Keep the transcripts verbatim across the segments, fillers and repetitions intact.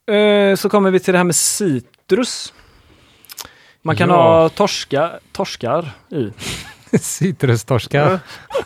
Eh, så kommer vi till det här med citrus. Man kan Ja. ha torska, torskar i. Citrustorskar.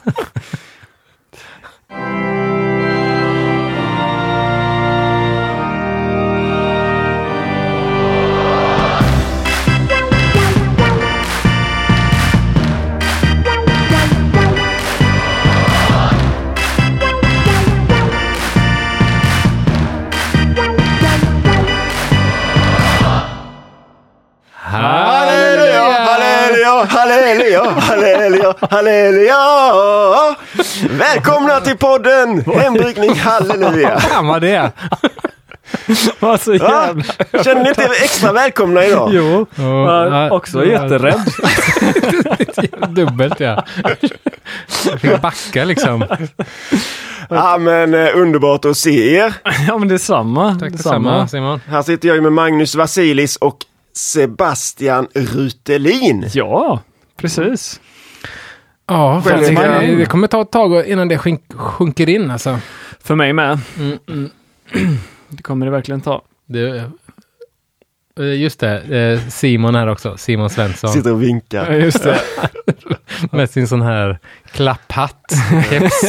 Halleluja, halleluja, halleluja, halleluja, halleluja. Välkomna till podden Hembryggning Halleluja. Fan vad det är. Vad så Ja, jävla... känner ni inte extra välkomna idag? Jo, Ja, jag är också ja. jätterädd. Dubbelt, ja. Jag fick backa liksom. Ja, men eh, underbart att se er. Ja, men det är samma. Tack detsamma, Simon. Här sitter jag ju med Magnus Vasilis och Sebastian Rutelin. Ja, precis. Ja, fan, Väldigt det, bra. det kommer ta ett tag innan det sjunk, sjunker in alltså. För mig med. Mm, mm. Det kommer det verkligen ta. Det, eh, just det, eh, Simon här också. Simon Svensson. Sitter och vinkar. Ja, just det. Med sin sån här klapphatt. Keps.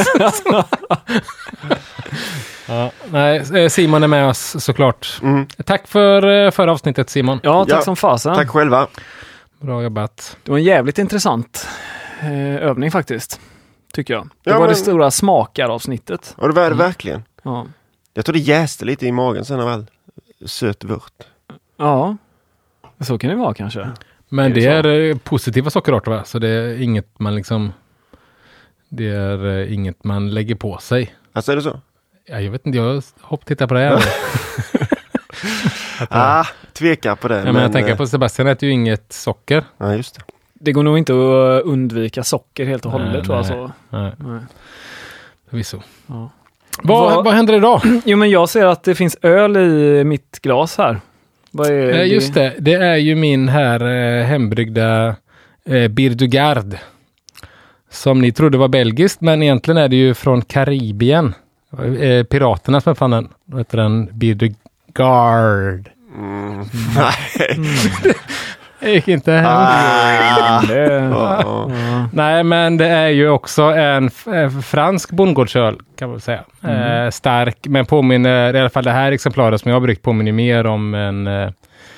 Ja, nej, eh, Simon är med oss såklart. Mm. Tack för eh, förra avsnittet, Simon. Ja, tack Ja, som fasen. Tack själva. Bra jobbat. Det var en jävligt intressant eh, övning faktiskt. Tycker jag. Det Ja, var men- det stora smakaravsnittet. Och det var det verkligen. Ja. Jag tror det jäste lite i magen sen av all söt vört. Ja, så kan det vara kanske. Men Är det det är eh, positiva sockerarter, va? Så det är inget man liksom... Det är eh, inget man lägger på sig. Alltså är det så? Ja, jag vet inte, jag hopp tittar på det här. Ah, tvekar på det. Ja, men jag tänker på Sebastian äter ju inget socker. Ja, just det. Det går nog inte att undvika socker helt och hållet, Nej, tror jag. nej. Så. Nej, Nej. förvisso. Ja. Vad, Vad- vad händer idag? Jo, men jag ser att det finns öl i mitt glas här. Vad är Eh, just det, det är ju min här eh, hembryggda eh, Bière du Garde. Som ni trodde var belgiskt, men egentligen är det ju från Karibien. Eh, piraterna som fann den. Vad heter den? Bière du Garde. Mm. Nej. Det gick inte hem. Ah. Det, Ja. ja. Nej, men det är ju också en f- eh, fransk bondgårdsöl, kan man säga. Eh, stark, men påminner, i alla fall det här exemplaret som jag har bryggt påminner mer om en eh,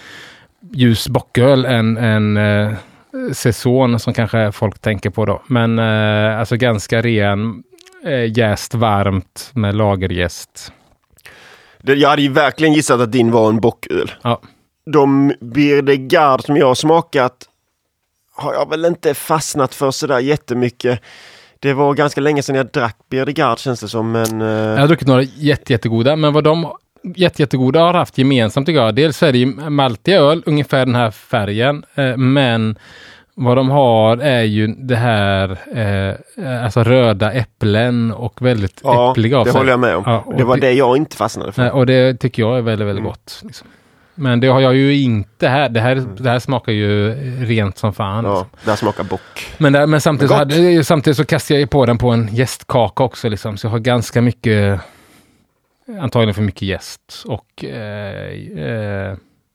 ljus bocköl än en eh, säsong som kanske folk tänker på då. Men eh, alltså ganska ren, eh, jäst varmt med lagerjäst. Det, jag hade ju verkligen gissat att din var en bocköl. Ja. De Bière de Garde som jag har smakat har jag väl inte fastnat för sådär jättemycket. Det var ganska länge sedan jag drack Bière de Garde, känns det som. Men, eh, Jag har druckit några jätte, jättegoda, men vad de jätte, jättegoda har haft gemensamt tycker jag. Dels är det ju maltig öl, ungefär den här färgen, eh, men vad de har är ju det här eh, alltså röda äpplen och väldigt ja, äppliga av det sig. håller jag med om. Ja, och det var det- det jag inte fastnade för. Nej, och det tycker jag är väldigt, väldigt Mm. gott. Liksom. Men det har jag ju inte här. Det här, det här smakar ju rent som fan. Ja, Liksom. där smakar bock. Men, där, men samtidigt, så Men gott. hade, samtidigt så kastade jag ju på den på en jästkaka också. Liksom. Så jag har ganska mycket, antagligen för mycket jäst. Och eh, eh,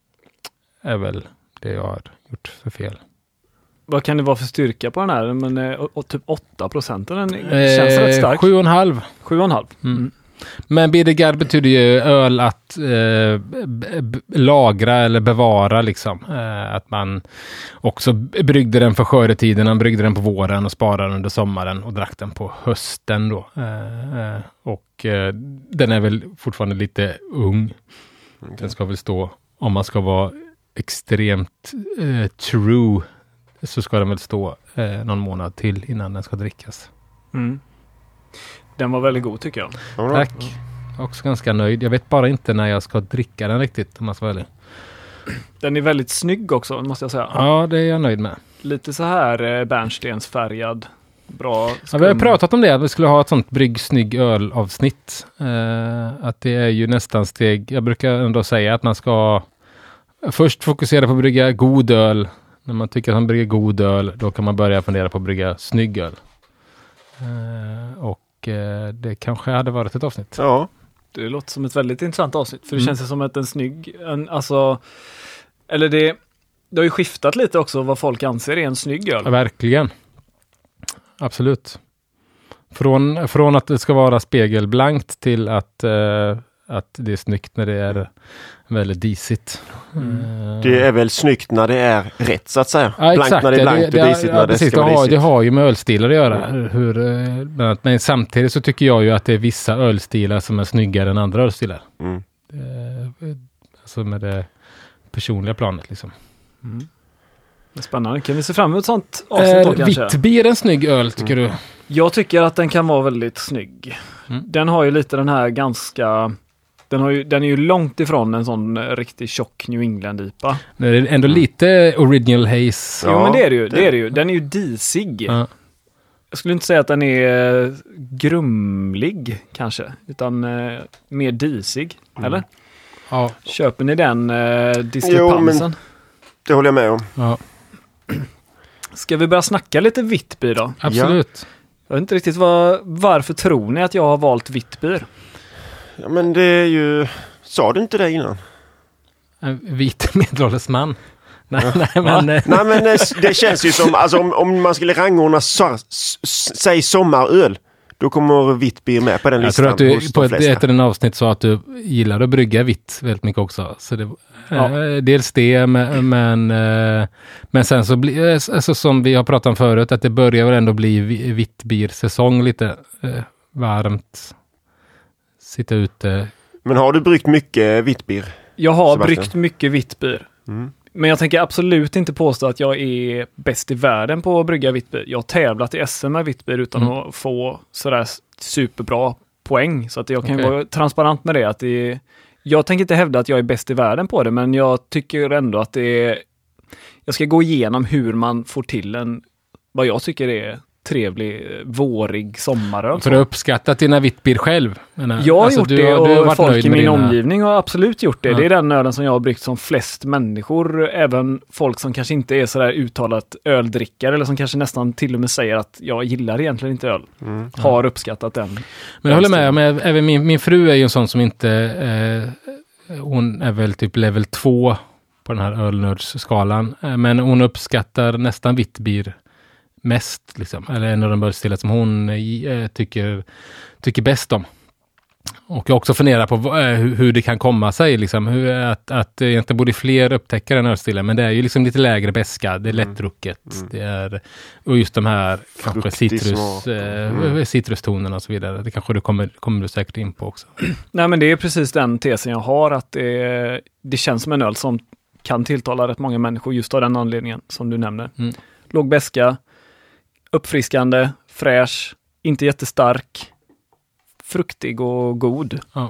är väl det jag har gjort för fel. Vad kan det vara för styrka på den här? Men, eh, och, och typ åtta procent. Den känns Eh, rätt stark. Sju och en halv. Sju och en halv. Mm. Mm. Men Bière de Garde betyder ju öl att eh, b- b- lagra eller bevara liksom. Eh, att man också bryggde den för skördetiden, man bryggde den på våren och sparade den under sommaren och drack den på hösten då. Eh, eh, och eh, den är väl fortfarande lite ung. Den ska väl stå, om man ska vara extremt eh, true, så ska den väl stå eh, någon månad till innan den ska drickas. Mm. Den var väldigt god tycker jag. Ja, Tack. Jag är också ganska nöjd. Jag vet bara inte när jag ska dricka den riktigt, om man ska vara ärlig. Den är väldigt snygg också, måste jag säga. Ja, det är jag nöjd med. Lite så här eh, bärnstensfärgad. Bra Ja, skum. vi har pratat om det, att vi skulle ha ett sånt brygg snygg öl-avsnitt. Eh, att det är ju nästan steg. Jag brukar ändå säga att man ska först fokusera på att brygga god öl. När man tycker att man brygger god öl, då kan man börja fundera på att brygga snygg öl. Eh, och eh, det kanske hade varit ett avsnitt. Ja, Det låter som ett väldigt intressant avsnitt. För det Mm. känns ju som att en snygg... En, alltså, eller det, det har ju skiftat lite också vad folk anser är en snygg öl. Ja, verkligen. Absolut. Från, från att det ska vara spegelblankt till att, eh, att det är snyggt när det är väldigt disigt. Mm. Eh, Det är väl snyggt när det är rätt så att säga. Ja, Blankt exakt. när det är blankt det, och det, disigt ja, när det precis, ska det, vara har, det disigt. har ju med ölstilar att göra. Mm. Hur, eh, bland annat, men samtidigt så tycker jag ju att det är vissa ölstilar som är snyggare än andra ölstilar. Mm. Eh, alltså med det personliga planet liksom. Mm. Det är spännande. Kan vi se fram emot ett sånt avsnitt då Eh, kanske? Vittbier en snygg öl tycker Mm. du? Jag tycker att den kan vara väldigt snygg. Mm. Den har ju lite den här ganska... Den, har ju, den är ju långt ifrån en sån eh, riktigt tjock New England-ipa. Det är ändå lite original haze. Ja, jo men det är det ju. det- Det är det ju. Den är ju disig. Ja. Jag skulle inte säga att den är eh, grumlig kanske. Utan eh, mer disig. Mm. Eller? Ja. Köper ni den eh, diskrepansen? Det håller jag med om. Ja, Ska vi börja snacka lite Vittby då? absolut. Jag vet inte riktigt vad, varför tror ni att jag har valt Vittby? Ja, men det är ju... Sa du inte det innan? En vit medelålders man. Nej, nej, men... eh, Nej, men eh, det känns ju som... Alltså om, om man skulle rangordna så, s, s, säg sommaröl, då kommer vitt bier med på den Jag listan. tror att du hos på de ett, flesta. ett av dina avsnitt sa att du gillar att brygga vitt väldigt mycket också. Så det, Ja. eh, dels det, men, men, eh, men sen så blir eh, alltså, som vi har pratat om förut, att det börjar väl ändå bli vi- vittbiersäsong lite eh, varmt. Sitta ute. Men har du bryggt mycket vitt bier? Jag har Sebastian. bryggt mycket Vittby. Mm. Men jag tänker absolut inte påstå att jag är bäst i världen på att brygga Vittby. Jag har tävlat i S M med Vittby utan Mm. att få sådär superbra poäng. Så att jag kan Okej. ju vara transparent med det. Att det är, jag tänker inte hävda att jag är bäst i världen på det, men jag tycker ändå att det är... Jag ska gå igenom hur man får till en, vad jag tycker är trevlig, vårig sommaröl. För du har uppskattat dina vittbier själv. menar. Jag har Alltså, gjort du, det du har och varit folk nöjd i med min dina- omgivning har absolut gjort det. Ja. Det är den ölen som jag har bryggt som flest människor, även folk som kanske inte är sådär uttalat öldrickare eller som kanske nästan till och med säger att jag gillar egentligen inte öl. Mm. Har uppskattat den. Men jag håller med, men även min, min fru är ju en sån som inte, eh, hon är väl typ level två på den här ölnördsskalan, eh, men hon uppskattar nästan vittbier mest, liksom. Eller en av de ölstilar som hon eh, tycker, tycker bäst om. Och jag också funderar på vad, eh, hur, hur det kan komma sig, liksom, hur, att, att det egentligen borde fler upptäcka den ölstilen, men det är ju liksom lite lägre beska, det är Mm. lättdrucket, Mm. det är, och just de här kanske Fruktig citrus, smak. eh, Mm. citrustonerna och så vidare, det kanske du kommer, kommer du säkert in på också. Nej, men det är precis den tesen jag har, att det, det känns som en öl som kan tilltala rätt många människor just av den anledningen som du nämner. Mm. Låg beska, uppfriskande, fräsch, inte jättestark, fruktig och god. Ja.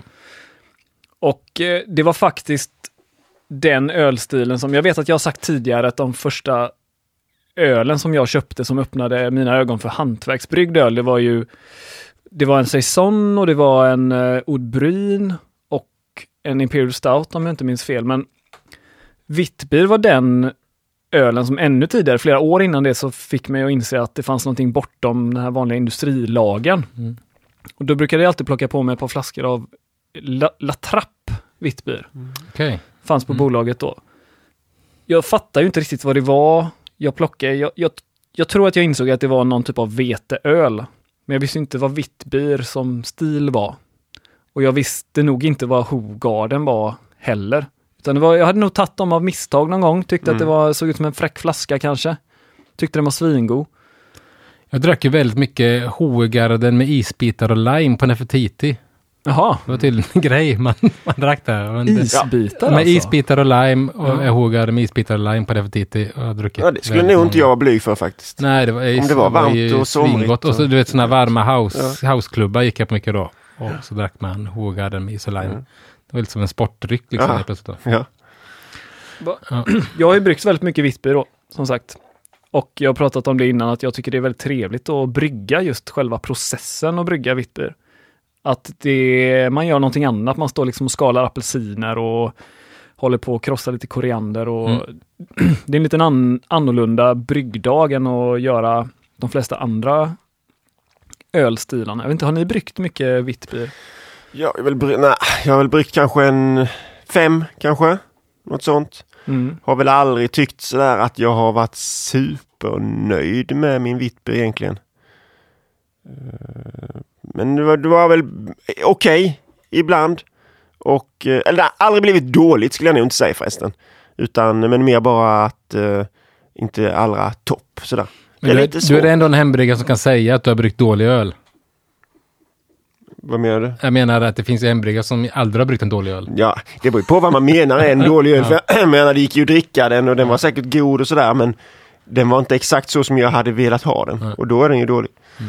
Och eh, det var faktiskt den ölstilen som jag vet att jag har sagt tidigare att de första ölen som jag köpte som öppnade mina ögon för hantverksbryggd öl, det var ju det var en Saison och det var en uh, Oud Bryn och en Imperial Stout om jag inte minns fel, men Vittbier var den ölen som ännu tidigare, flera år innan det, så fick mig att inse att det fanns någonting bortom den här vanliga industrilagen. Mm. Och då brukade jag alltid plocka på mig ett par flaskor av La, La Trappe Vittbier. Okej. Fanns på Mm. bolaget då. Jag fattar ju inte riktigt vad det var jag plockade. Jag, jag, jag tror att jag insåg att det var någon typ av veteöl. Men jag visste inte vad Vittbier som stil var. Och jag visste nog inte vad Hogarden var heller. Utan det var, jag hade nog tagit dem av misstag någon gång. Tyckte Mm. att det var, såg ut som en fräck flaska kanske. Tyckte den var svingod. Jag drack ju väldigt mycket Hogarden med isbitar och lime på Nefertiti. Jaha, Det var till en grej man, man drack där. Men det- isbitar med alltså. isbitar och lime och Ja. ja. Hogarden med isbitar och lime på Nefertiti. Och jag har druckit Ja, det skulle väldigt nog inte många. jag vara blyg för faktiskt. Nej, det var, Om det var varmt ju och somrigt svingott. Och så och- du vet sådana varma house, houseklubbar gick jag på mycket då. Och så drack man Hogarden med is och lime. Mm. Det var lite som en sportdryck liksom. Ja. helt plötsligt då. Ja. Ja. Jag har ju bryggt väldigt mycket Vittbier då, som sagt. Och jag har pratat om det innan, att jag tycker det är väldigt trevligt att brygga just själva processen att brygga Vittbier. Att det, man gör någonting annat, man står liksom och skalar apelsiner och håller på att krossa lite koriander och Mm. det är en liten an, annorlunda bryggdag än att göra de flesta andra ölstilarna. Jag vet inte, har ni bryggt mycket Vittbier? Jag har väl, bry- nej, jag har väl bryggt kanske en fem, kanske. Något sånt. Mm. Har väl aldrig tyckt sådär att jag har varit supernöjd med min Witbier egentligen. Men det var, det var väl okej okay, ibland. Och, eller det har aldrig blivit dåligt skulle jag nog inte säga förresten. Utan, men mer bara att uh, inte allra topp sådär. Men du, är, lite du är ändå en hembryggare som kan säga att du har bryggt dålig öl. Vad menar du? Jag menar att det finns hembryggare som aldrig har bryggt en dålig öl. Ja, det beror på vad man menar är en dålig öl. Ja. För jag menar, det gick ju att dricka den och den var säkert god och sådär. Men den var inte exakt så som jag hade velat ha den. Mm. Och då är den ju dålig. Mm.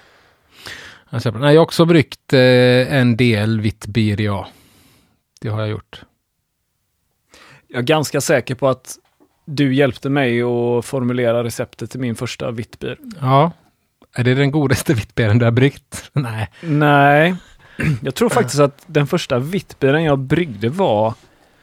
Jag, Nej, jag har också bryggt eh, en del Witbier, ja. Det har jag gjort. Jag är ganska säker på att du hjälpte mig att formulera receptet till min första Witbier. Ja. Är det den godaste Witbieren du har bryggt? Nej. Nej. Jag tror faktiskt att den första Witbieren jag bryggde var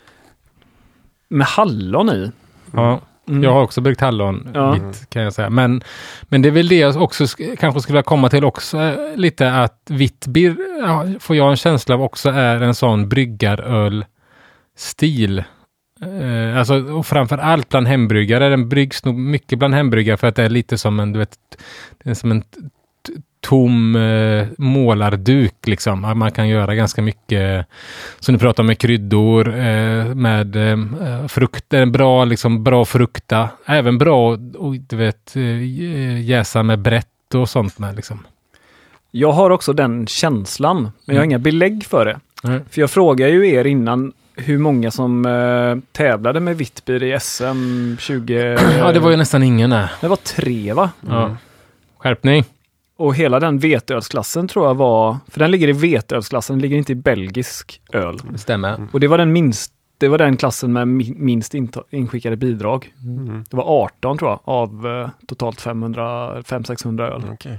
med hallon i. Ja. Mm. Jag har också bryggt hallon ja. vitt, kan jag säga. Men, men det är väl det jag också sk- kanske skulle komma till också lite, att Witbier, ja, får jag en känsla av också är en sån bryggaröl-stil. Eh, alltså, och framför allt bland hembryggare. Den bryggs nog mycket bland hembryggare för att det är lite som en, du vet, det är som en t- tom eh, målarduk liksom. Man kan göra ganska mycket, som du pratar om, med kryddor, eh, med eh, frukt, bra, liksom, bra frukta. Även bra och, du vet, eh, jäsa med brett och sånt med liksom. Jag har också den känslan, men jag har mm. inga belägg för det. Mm. För jag frågar ju er innan hur många som eh, tävlade med Witbier i S M tjugo... Ja, det var ju nästan ingen. Nej. Det var tre, va? Mm. Ja. Skärpning. Och hela den veteölsklassen tror jag var... För den ligger i veteölsklassen, den ligger inte i belgisk öl. Det stämmer. Mm. Och det var den minst... Det var den klassen med minst in- inskickade bidrag. Mm. Det var arton tror jag, av eh, totalt femhundra, femhundra sexhundra öl. Okay.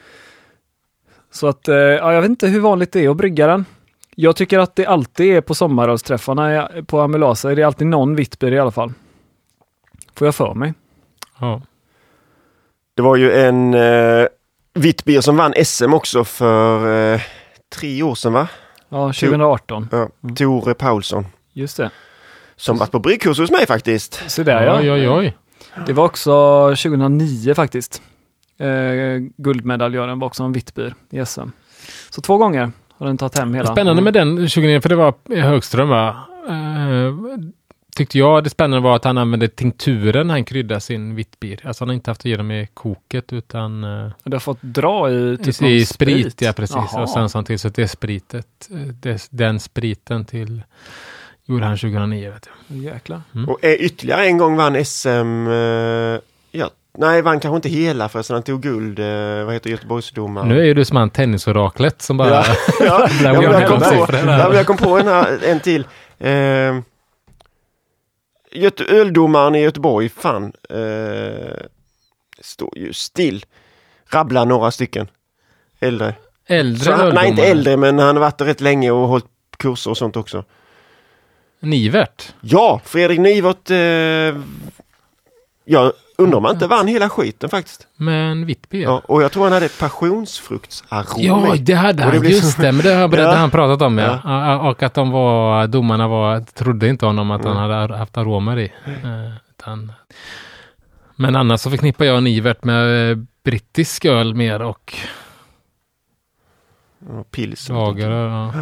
Så att, eh, ja, jag vet inte hur vanligt det är att brygga den. Jag tycker att det alltid är på sommarölsträffarna på Amylasa, är det alltid någon Witbier i alla fall. Får jag för mig. Ja. Det var ju en eh, Witbier som vann S M också för eh, tre år sedan, va? Ja, tjugo arton. Ja, mm. Tore Paulsson. Just det. Som varit på bryggkurs hos mig faktiskt. Så där, ja. Oj, oj, oj. Det var också tjugohundranio faktiskt. Eh, guldmedaljören var också en Witbier i S M. Så två gånger har den tagit hem hela. Spännande med den tjugonio, för det var Högström, va? Eh, tyckte jag det spännande var att han använde tinkturen när han kryddade sin Witbier. Alltså han har inte haft att ge dem i koket utan... Eh, det har fått dra i typ i sprit. sprit. Ja, precis. Aha. Och sen så han till så att det spritet, det, den spriten till gjorde han tjugohundranio, vet jag. Jäklar. Mm. Och eh, ytterligare en gång vann S M... Eh, ja, nej, vann kanske inte hela förresten. Han tog guld. Eh, vad heter Göteborgsdomaren? Nu är ju du som han tennisoraklet som bara... Ja, ja, ja, men jag, kom på, ja, men jag kom på en, här, en till. Eh, Göte, öldomaren i Göteborg, fan. Eh, står ju still. Rabblar några stycken. Äldre. Äldre han, nej, inte äldre, men han har varit rätt länge och hållit kurser och sånt också. Nivert? Ja, Fredrik Nivert. Eh, jag undrar om han inte vann hela skiten faktiskt. Men Witbier. Ja, och jag tror han hade passionsfruktsarom. Ja, det hade han. Det just så... det, men det har ja. han pratat om. Ja. Ja. Och att de var, domarna var, trodde inte honom att mm. han hade haft aromer i. Mm. Utan, men annars så förknippar jag Nivert med brittisk öl mer och ja, pils. Lager, ja.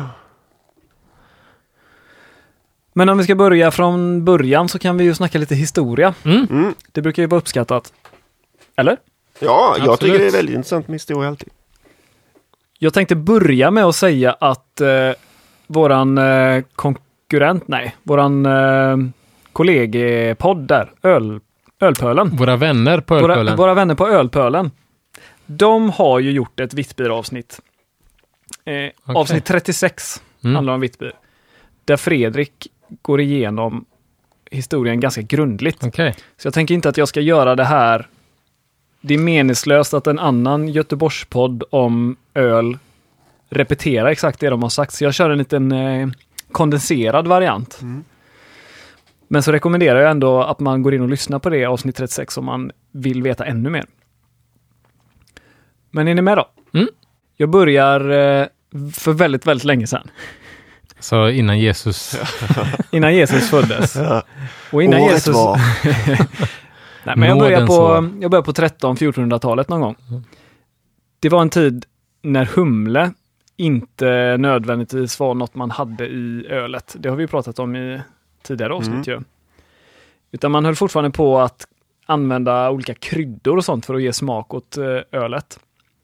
Men om vi ska börja från början så kan vi ju snacka lite historia. Mm. Mm. Det brukar ju vara uppskattat. Eller? Ja, jag Absolut. tycker det är väldigt intressant med historia alltid. Jag tänkte börja med att säga att eh, våran eh, konkurrent, nej, våran eh, kollegepodd där, Öl, Ölpölen. Våra vänner på Ölpölen. Våra, våra vänner på Ölpölen. De har ju gjort ett Witbier-avsnitt. Eh, okay. Avsnitt trettiosex mm. handlar om Witbier. Där Fredrik går igenom historien ganska grundligt. Okay. Så jag tänker inte att jag ska göra det här. Det är meningslöst att en annan Göteborgspodd om öl repeterar exakt det de har sagt. Så jag kör en liten eh, kondenserad variant. Mm. Men så rekommenderar jag ändå att man går in och lyssnar på det avsnitt trettiosex om man vill veta ännu mer. Men är ni med då? Mm. Jag börjar eh, för väldigt, väldigt länge sedan. Så innan Jesus... Innan Jesus föddes. Ja. Och innan Året Jesus... var. Nej, men jag började Nådens på, år. jag började på tretton-fjortonhundratalet någon gång. Det var en tid när humle inte nödvändigtvis var något man hade i ölet. Det har vi ju pratat om i tidigare avsnitt ju. Utan man höll fortfarande på att använda olika kryddor och sånt för att ge smak åt eh, ölet.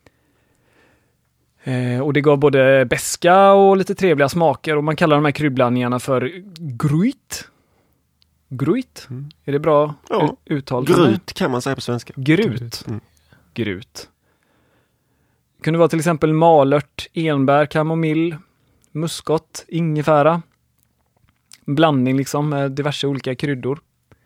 Eh, och det gav både beska och lite trevliga smaker och man kallar de här kryddblandningarna för gruit. Gruit? Mm. Är det bra Ja. ut- uttal? Gryt kan man säga på svenska. Grut. Mm. Grut. Det kunde vara till exempel malört, enbär, kamomill, muskot, ingefära. En blandning liksom med diverse olika kryddor.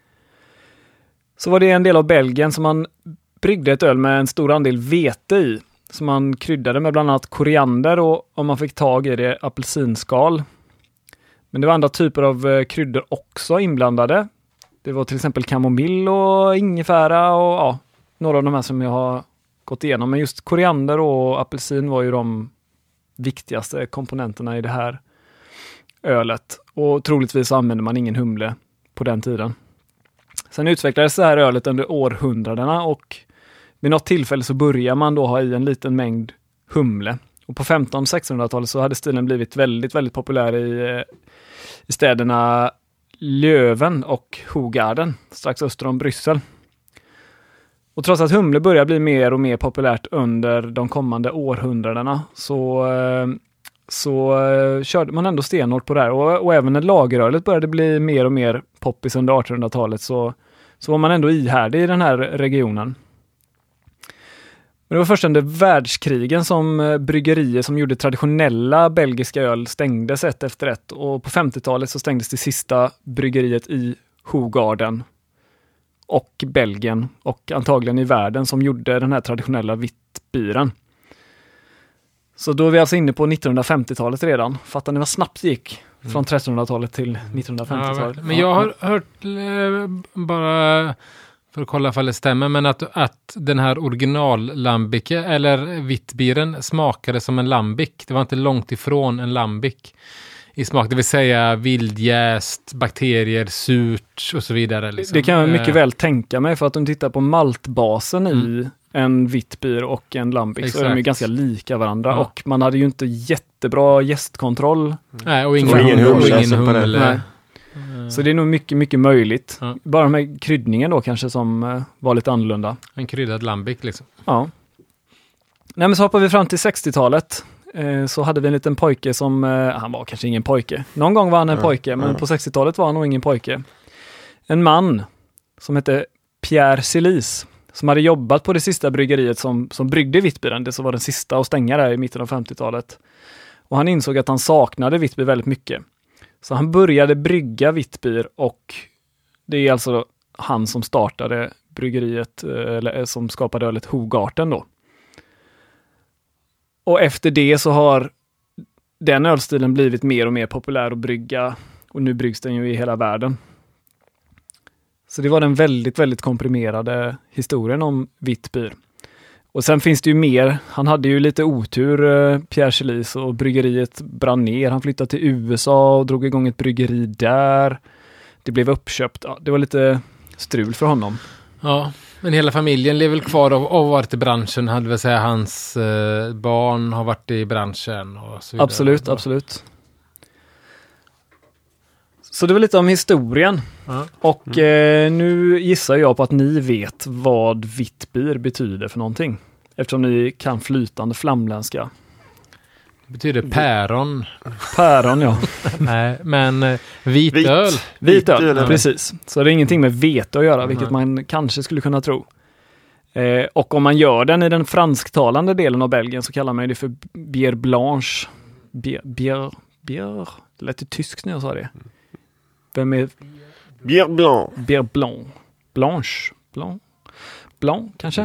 Så var det en del av Belgien som man bryggde ett öl med en stor andel vete i. Som man kryddade med bland annat koriander och om man fick tag i det apelsinskal. Men det var andra typer av eh, kryddor också inblandade. Det var till exempel kamomill och ingefära och ja, några av de här som jag har gått igenom. Men just koriander och apelsin var ju de viktigaste komponenterna i det här ölet. Och troligtvis använde man ingen humle på den tiden. Sen utvecklades det här ölet under århundradena och vid något tillfälle så börjar man då ha i en liten mängd humle. Och på femton-sextonhundratalet så hade stilen blivit väldigt, väldigt populär i, i städerna Löven och Hogarden, strax öster om Bryssel. Och trots att humle börjar bli mer och mer populärt under de kommande århundradena så, så körde man ändå stenhårt på det här. Och, och även när lagerölet började bli mer och mer poppis under artonhundratalet så, så var man ändå ihärdig i den här regionen. Men det var först under världskrigen som bryggerier som gjorde traditionella belgiska öl stängdes ett efter ett. Och på femtiotalet så stängdes det sista bryggeriet i Hogarden och Belgien och antagligen i världen som gjorde den här traditionella vittbiren. Så då är vi alltså inne på nittonhundrafemtiotalet redan. Fattar ni vad snabbt det gick från trettonhundratalet till nittonhundrafemtiotalet? Ja, men jag har hört eh, bara... För att kolla ifall det stämmer, men att, att den här original-lambic eller vittbiren smakade som en lambic. Det var inte långt ifrån en lambic i smak. Det vill säga vildjäst, bakterier, surt och så vidare. Liksom. Det kan jag mycket väl tänka mig för att om du tittar på maltbasen mm. i en vittbir och en lambic Exakt. Så är de ju ganska lika varandra. Ja. Och man hade ju inte jättebra jästkontroll. Mm. Nej, och ingen, och ingen humle. humle. Och ingen humle. Mm. Så det är nog mycket, mycket möjligt. Ja. Bara med kryddningen då kanske som uh, var lite annorlunda. En kryddad lambic liksom. Ja. Nej, men så hoppar vi fram till sextiotalet. Eh, så hade vi en liten pojke som, eh, han var kanske ingen pojke. Någon gång var han en ja. pojke, men ja. på sextiotalet var han nog ingen pojke. En man som hette Pierre Celis som hade jobbat på det sista bryggeriet som, som bryggde vittbiren. Det så var den sista att stänga där i mitten av femtiotalet. Och han insåg att han saknade vittbir väldigt mycket. Så han började brygga vittbir och det är alltså han som startade bryggeriet eller som skapade ölet Hogarten då. Och efter det så har den ölstilen blivit mer och mer populär att brygga och nu bryggs den ju i hela världen. Så det var den väldigt, väldigt komprimerade historien om vittbir. Och sen finns det ju mer. Han hade ju lite otur, Pierre Celis, och bryggeriet brann ner. Han flyttade till U S A och drog igång ett bryggeri där. Det blev uppköpt. Ja, det var lite strul för honom. Ja, men hela familjen lever väl kvar och har varit i branschen. Hade väl säga hans eh, barn har varit i branschen och så vidare. Absolut, absolut. Så det var lite om historien. Mm. Och eh, nu gissar jag på att ni vet vad vittbir betyder för någonting. Eftersom ni kan flytande flamländska. Det betyder päron. Päron, ja. Nej, men eh, vitöl. Vit. Vitöl, Vitöl ja. Precis. Så det är ingenting med vete att göra, vilket mm. man kanske skulle kunna tro. Eh, och om man gör den i den fransktalande delen av Belgien så kallar man det för bière blanche. Bière, bière, bière. Det lät ju tyskt när jag sa det. Vem är... Bière blanc. Bière blanc. Blanche. Blanc. Blanc, kanske.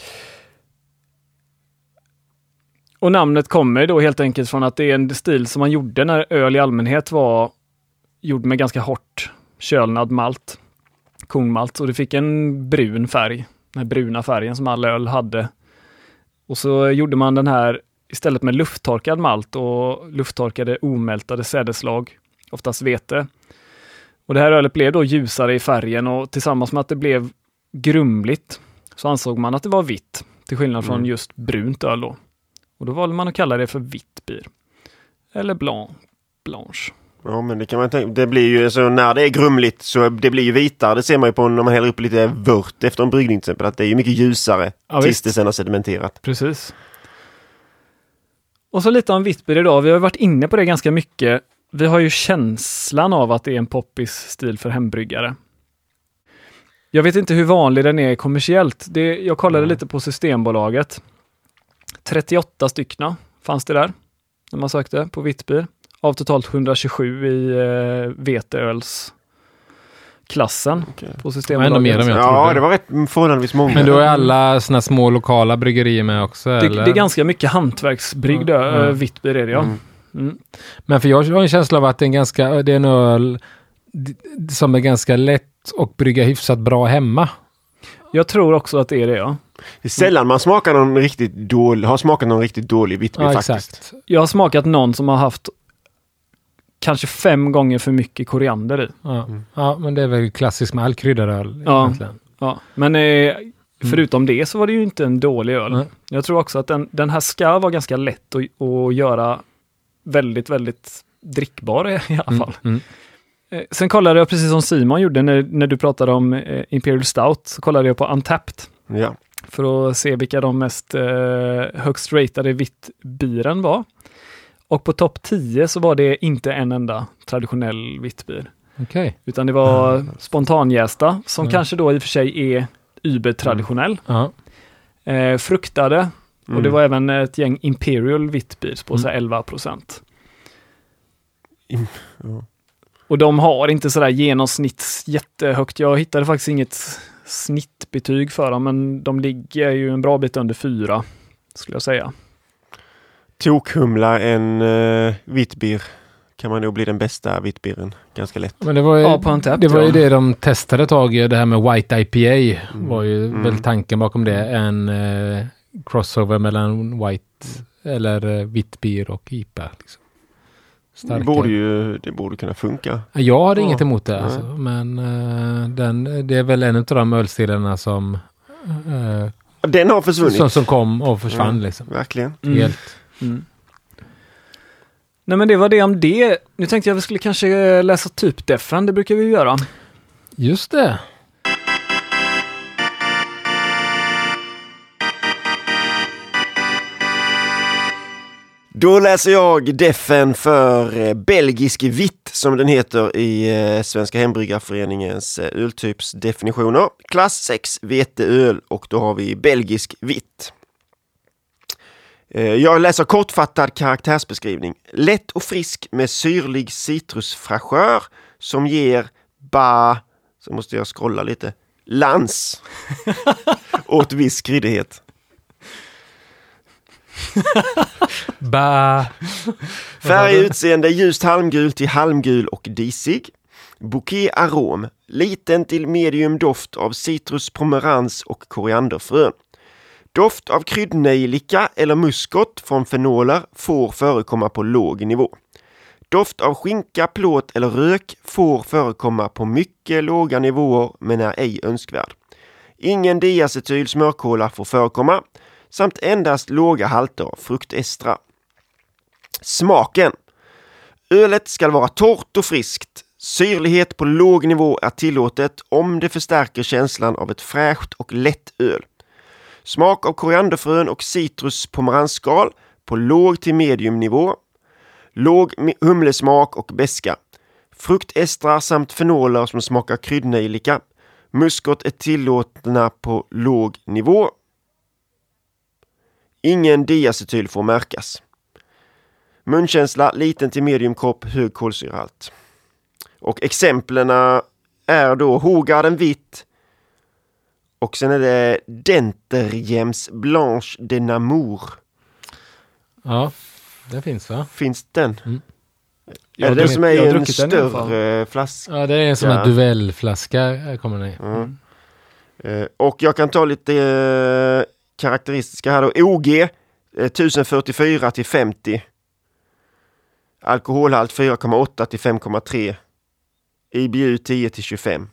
Och namnet kommer då helt enkelt från att det är en stil som man gjorde när öl i allmänhet var gjord med ganska hårt kölnad malt. Kornmalt. Och det fick en brun färg. Den här bruna färgen som all öl hade. Och så gjorde man den här istället med lufttorkad malt och lufttorkade omältade sädeslag, oftast vete. Och det här ölet blev då ljusare i färgen och tillsammans med att det blev grumligt så ansåg man att det var vitt, till skillnad från mm. just brunt öl då. Och då valde man att kalla det för vitt bier. Eller blanc, blanche. Ja, men det kan man tänka. Det blir ju, så när det är grumligt så det blir ju vitare. Det ser man ju på när man häller upp lite vört efter en bryggning till exempel. Att det är ju mycket ljusare ja, tills det sen har sedimenterat. Precis. Och så lite om vitt bier idag. Vi har varit inne på det ganska mycket. Vi har ju känslan av att det är en poppis stil för hembryggare. Jag vet inte hur vanlig den är kommersiellt. Det, jag kollade mm. lite på Systembolaget. trettioåtta styckna fanns det där när man sökte på vitt bier. Av totalt hundratjugosju i eh, veteölsklassen okay. på Systembolaget. Mer än jag ja, det var rätt förhållandevis många. Men då är alla såna små lokala bryggerier med också? Det, eller? det är ganska mycket hantverksbryggd mm. äh, vitt bier är det, ja. Mm. Mm. Men för jag har en känsla av att det är en, ganska, det är en öl som är ganska lätt att brygga hyfsat bra hemma. Jag tror också att det är det, ja. Det är sällan man smakar någon riktigt dålig, har smakat någon riktigt dålig vitt bier ja, faktiskt. Exakt. Jag har smakat någon som har haft kanske fem gånger för mycket koriander i. Ja, mm. ja men det är väl klassiskt med all kryddaröl. Ja, ja. Men eh, förutom mm. det så var det ju inte en dålig öl. Mm. Jag tror också att den, den här ska vara ganska lätt att, att göra väldigt, väldigt drickbar i alla fall. Mm. Mm. Eh, sen kollade jag precis som Simon gjorde när, när du pratade om eh, Imperial Stout, så kollade jag på Untapped. Ja. För att se vilka de mest eh, högst ratade vitt bieren var. Och på topp tio så var det inte en enda traditionell vittbier. Okay. Utan det var mm. spontanjästa som mm. kanske då i och för sig är übertraditionell. Mm. Eh, fruktade. Mm. Och det var även ett gäng Imperial vittbier på mm. så elva procent. Mm. Ja. Och de har inte sådär genomsnitts jättehögt. Jag hittade faktiskt inget snittbetyg för dem, men de ligger ju en bra bit under fyra skulle jag säga. Tokhumla en uh, vittbier kan man nog bli den bästa vittbieren ganska lätt. Men det var ju, ja, på en tapp, det, var ja. ju det de testade ett tag, det här med White I P A mm. var ju mm. väl tanken bakom det, en uh, crossover mellan white mm. eller uh, vittbier och I P A liksom. Det borde ju det borde kunna funka. Jag hade ja. inget emot det ja. alltså, men uh, den, det är väl en av de ölstilarna som uh, den har försvunnit. Som, som kom och försvann mm. liksom. Verkligen. Mm. Helt. Mm. Nej, men det var det om det. Nu tänkte jag att vi skulle kanske läsa typ defen, det brukar vi ju göra. Just det. Då läser jag defen för eh, belgisk vitt som den heter i eh, Svenska Hembryggarföreningens eh, öltypsdefinitioner. Klass sex veteöl och då har vi belgisk vitt. Eh, jag läser kortfattad karaktärsbeskrivning. Lätt och frisk med syrlig citrusfraschör som ger ba, så måste jag scrolla lite, lans åt viss kryddighet. Ba. Färg utseende ljust halmgul till halmgul och disig. Bouquet arom. Liten till medium doft av citrus, pomerans och korianderfrön. Doft av kryddnejlika eller muskot från fenoler får förekomma på låg nivå. Doft av skinka, plåt eller rök får förekomma på mycket låga nivåer men är ej önskvärd. Ingen diacetyl smörkola får förekomma samt endast låga halter av fruktästra. Smaken. Ölet ska vara torrt och friskt. Syrlighet på låg nivå är tillåtet om det förstärker känslan av ett fräscht och lätt öl. Smak av korianderfrön och citrus pomeranskal på låg till medium nivå. Låg humlesmak och beska. Fruktästrar samt fenoler som smakar kryddnejlika. Muskot är tillåtna på låg nivå. Ingen diacetyl får märkas. Munkänsla, liten till medium kropp, hög kolsyrahalt. Och exemplen är då Hogarden vitt. Och sen är det Dentergems Blanche de Namur. Ja, det finns va? Finns den? Mm. Är det den som är i en större flaska? Ja, det är en sån här duellflaska. Kommer den i. Mm. Mm. Och jag kan ta lite... karaktäristiska här då. O G tusen fyrtiofyra till femtio. Alkoholhalt fyra komma åtta till fem komma tre. I B U tio till tjugofem.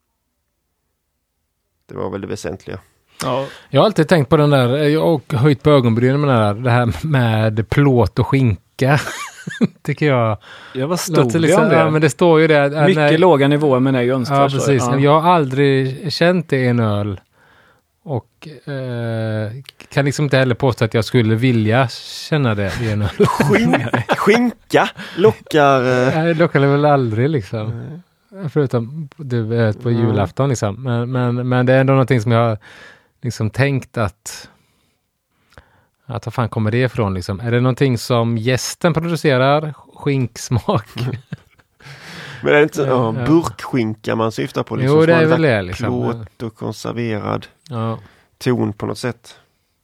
Det var väl det väsentliga. Ja. Jag har alltid tänkt på den där, och höjt på ögonbrynen med den där, det här med plåt och skinka. Tycker jag. Jag var stod liksom, om det. Ja, men det står ju det. Mycket när, låga nivåer men är ju önskvärt. Ja, precis. Ja. Jag har aldrig känt det i en öl. Och eh, kan liksom inte heller påstå att jag skulle vilja känna det i en öl. Skin- skinka lockar... Eh. Nej, det lockar väl aldrig liksom. Mm. Förutom du vet, på julafton liksom. Men, men, men det är ändå någonting som jag har liksom tänkt att att vad fan kommer det ifrån liksom? Är det någonting som gästen producerar? Skinksmak? Men är det inte ja, ja, burkskinka man syftar på? Liksom, jo, det är väl det. Liksom. Plåt och konserverad ja. ton på något sätt.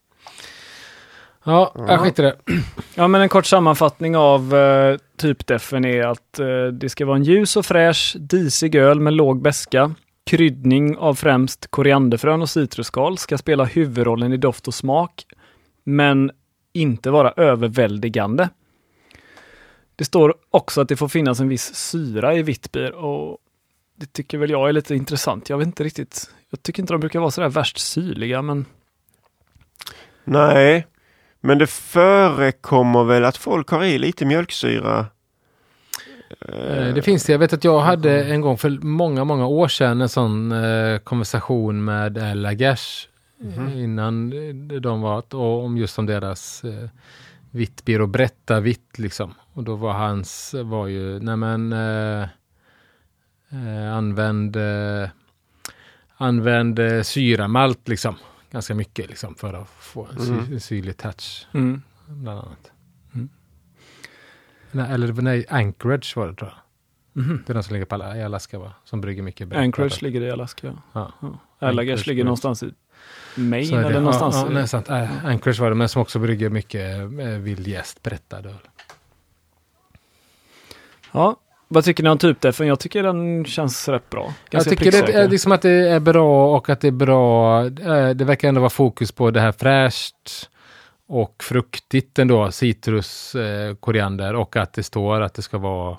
Ja, ja. Jag skiter det. Ja, men en kort sammanfattning av uh, typdefen är att uh, det ska vara en ljus och fräsch, disig öl med låg beska. Kryddning av främst korianderfrön och citrusskal ska spela huvudrollen i doft och smak, men inte vara överväldigande. Det står också att det får finnas en viss syra i vitt bier, och det tycker väl jag är lite intressant. Jag vet inte riktigt, jag tycker inte de brukar vara så där värst syrliga, men... Nej, men det förekommer väl att folk har i lite mjölksyra. Det finns det. Jag vet att jag hade en gång för många, många år sedan en sån eh, konversation med Allagash mm. innan de var, och om just om deras eh, vittbier och berätta vitt liksom. Och då var hans, var ju, nej men eh, eh, använd eh, använd eh, syramalt liksom. Ganska mycket liksom för att få en, sy- mm. en syrlig touch. Mm. Bland annat. Mm. Nej, eller nej, Anchorage var det tror jag. Mm. Det är den som ligger på i Alaska va? Som brygger mycket bättre. Anchorage ligger i Alaska. Ja. Ja. Allagash ligger någonstans i Maine eller det. någonstans. Ja, ja, nej, sant. Äh, Anchorage var det, men som också brygger mycket äh, vildgäst berättad öl. Ja, vad tycker ni om typdefen? Jag tycker den känns rätt bra. Ganska jag tycker det är liksom att det är bra och att det är bra. Äh, det verkar ändå vara fokus på det här fräscht och fruktigt ändå, citrus, eh, koriander, och att det står att det ska vara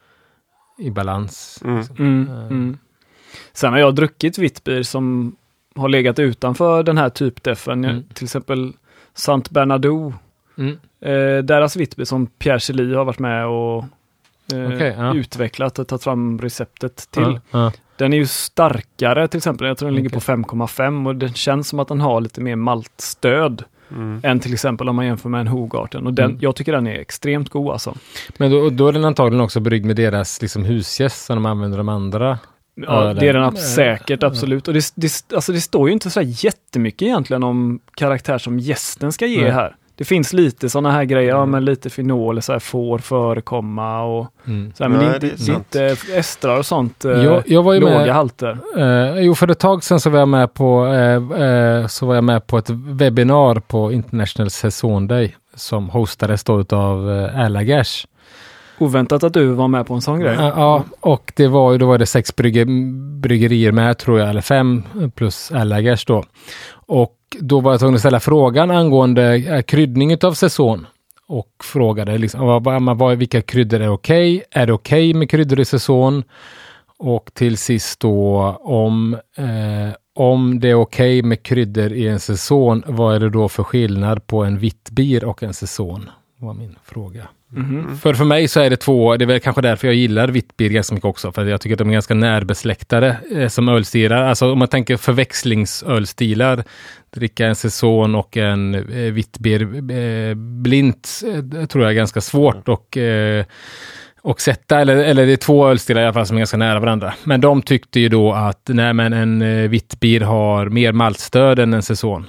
i balans. Mm. Liksom. Mm, mm. Mm. Sen har jag druckit vittbier som har legat utanför den här typdefen. Mm. Till exempel Saint Bernardo. Mm. Eh, deras vittbier som Pierre Chely har varit med och eh, okay, ja. utvecklat och tagit fram receptet till. Ja, ja. Den är ju starkare till exempel. Jag tror den okay. ligger på fem komma fem och den känns som att den har lite mer maltstöd. Mm. Än till exempel om man jämför med en Hogarten. Och den, mm. jag tycker den är extremt god alltså. Men då, då är den antagligen också bryggd med deras liksom, husgäst som de använder de andra. Ja, äh, det är den ab- säkert, absolut. Och det, det, alltså det står ju inte så här jättemycket egentligen om karaktär som gästen ska ge mm. här. Det finns lite sådana här grejer, mm. ja, men lite fenol så här får förekomma och mm. så här, men Nej, det är inte, det är inte estrar och sånt. Jag, jag var ju låga med, halter. Eh, jo, för ett tag sedan så var jag med på eh, eh, så var jag med på ett webbinar på International Saison Day som hostades då av eh, Allagash. Oväntat att du var med på en sån grej. Ja, ja, och det var ju då var det sex brygger, bryggerier med tror jag, eller fem plus Allagash då. Och då var jag tvungen att ställa frågan angående äh, kryddning av säsong. Och frågade liksom, vad, vad, vilka kryddor är okej? Okay? Är det okej okay med kryddor i säsong? Och till sist då, om, eh, om det är okej okay med kryddor i en säsong, vad är det då för skillnad på en vitt bier och en säsong? Var min fråga. Mm-hmm. För för mig så är det två, det är väl kanske därför jag gillar vitt bier ganska mycket också, för jag tycker att de är ganska närbesläktade eh, som ölstilar. Alltså om man tänker förväxlingsölstilar, dricka en säsong och en eh, vitt bier eh, blint eh, tror jag är ganska svårt och eh, och sätta, eller, eller det är två ölstilar i alla fall som är ganska nära varandra. Men de tyckte ju då att nej, men en eh, vitt bier har mer maltstöd än en säsong.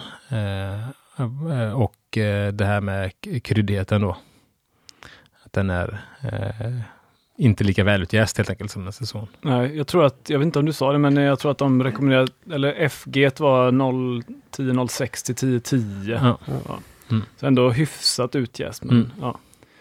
Eh, och eh, det här med kryddigheten då. Den är eh, inte lika välutjäst helt enkelt som en säsong. Nej, jag tror att, jag vet inte om du sa det, men jag tror att de rekommenderar, eller F G var noll tio noll sex till tio tio. Ja. Ja. Mm. Så ändå hyfsat utjäst. Men, mm. ja.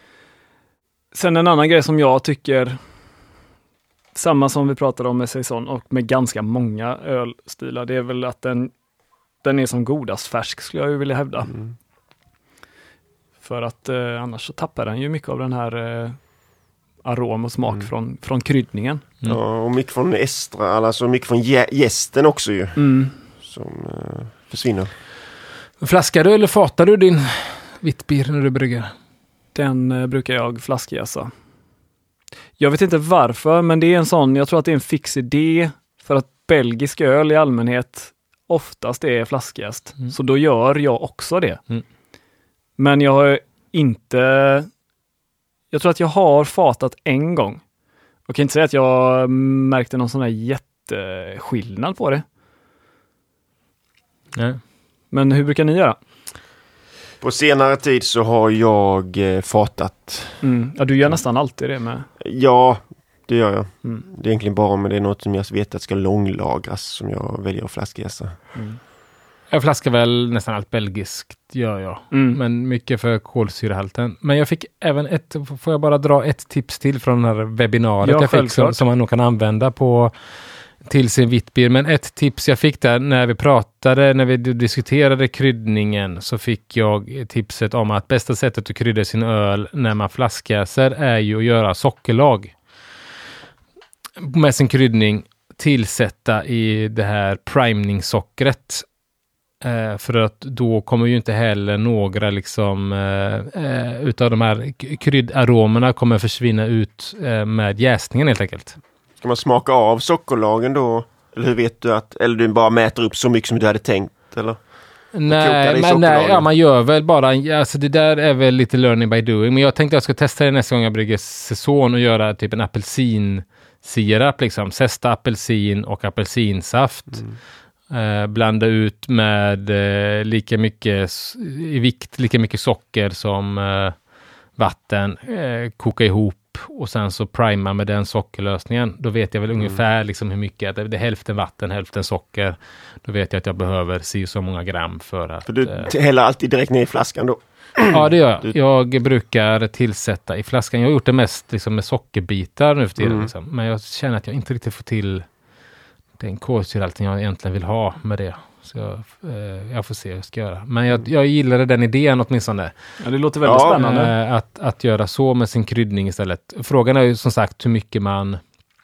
Sen en annan grej som jag tycker, samma som vi pratade om med säsong och med ganska många ölstilar, det är väl att den, den är som godast färsk skulle jag ju vilja hävda. Mm. För att eh, annars så tappar den ju mycket av den här eh, arom och smak mm. från, från kryddningen. Mm. Ja, och mycket från estra, alltså mycket från jä- gästen också ju. Mm. Som eh, försvinner. Flaskar du eller fatar du din vittbier när du brygger? Den eh, brukar jag flaskjäsa. Jag vet inte varför, men det är en sån, jag tror att det är en fix idé för att belgisk öl i allmänhet oftast är flaskjäst. Mm. Så då gör jag också det. Mm. Men jag har inte... Jag tror att jag har fatat en gång. Jag kan inte säga att jag märkte någon sån här jätteskillnad på det. Nej. Men hur brukar ni göra? På senare tid så har jag eh, fatat. Mm. Ja, du gör nästan alltid det med. Ja, det gör jag. Mm. Det är egentligen bara om det är något som jag vet att ska långlagras som jag väljer att flaskjäsa. Mm. Jag flaskar väl nästan allt belgiskt, gör jag. Mm. Men mycket för kolsyrehalten. Men jag fick även ett, får jag bara dra ett tips till från det här webbinariet ja, jag fick som, som man nog kan använda på till sin vittbier. Men ett tips jag fick där när vi pratade, när vi diskuterade kryddningen, så fick jag tipset om att bästa sättet att krydda sin öl när man flaskjäser är ju att göra sockerlag med sin kryddning, tillsätta i det här priming-sockret. Eh, för att då kommer ju inte heller några liksom eh, utav de här kryddaromerna kommer försvinna ut eh, med jäsningen helt enkelt. Ska man smaka av sockerlagen då? Eller hur vet du att, eller du bara mäter upp så mycket som du hade tänkt, eller? Nej, men nej, ja, man gör väl bara, alltså det där är väl lite learning by doing, men jag tänkte att jag ska testa det nästa gång jag brygger säsong och göra typ en apelsinsirap liksom, zesta apelsin och apelsinsaft. Mm. Eh, blanda ut med eh, lika mycket i vikt, lika mycket socker som eh, vatten, eh, koka ihop och sen så prima med den sockerlösningen. Då vet jag väl mm. ungefär liksom hur mycket, det är hälften vatten, hälften socker. Då vet jag att jag behöver si så många gram för att... För du eh, häller alltid direkt ner i flaskan då? Ja, det gör jag. Jag brukar tillsätta i flaskan. Jag har gjort det mest liksom, med sockerbitar nu för tiden. Mm. Liksom. Men jag känner att jag inte riktigt får till den kolsyrehalten jag egentligen vill ha med det. Så jag, eh, jag får se hur jag ska göra. Men jag, jag gillade den idén åtminstone. Ja, det låter väldigt ja, spännande. Eh, att, att göra så med sin kryddning istället. Frågan är ju som sagt hur mycket man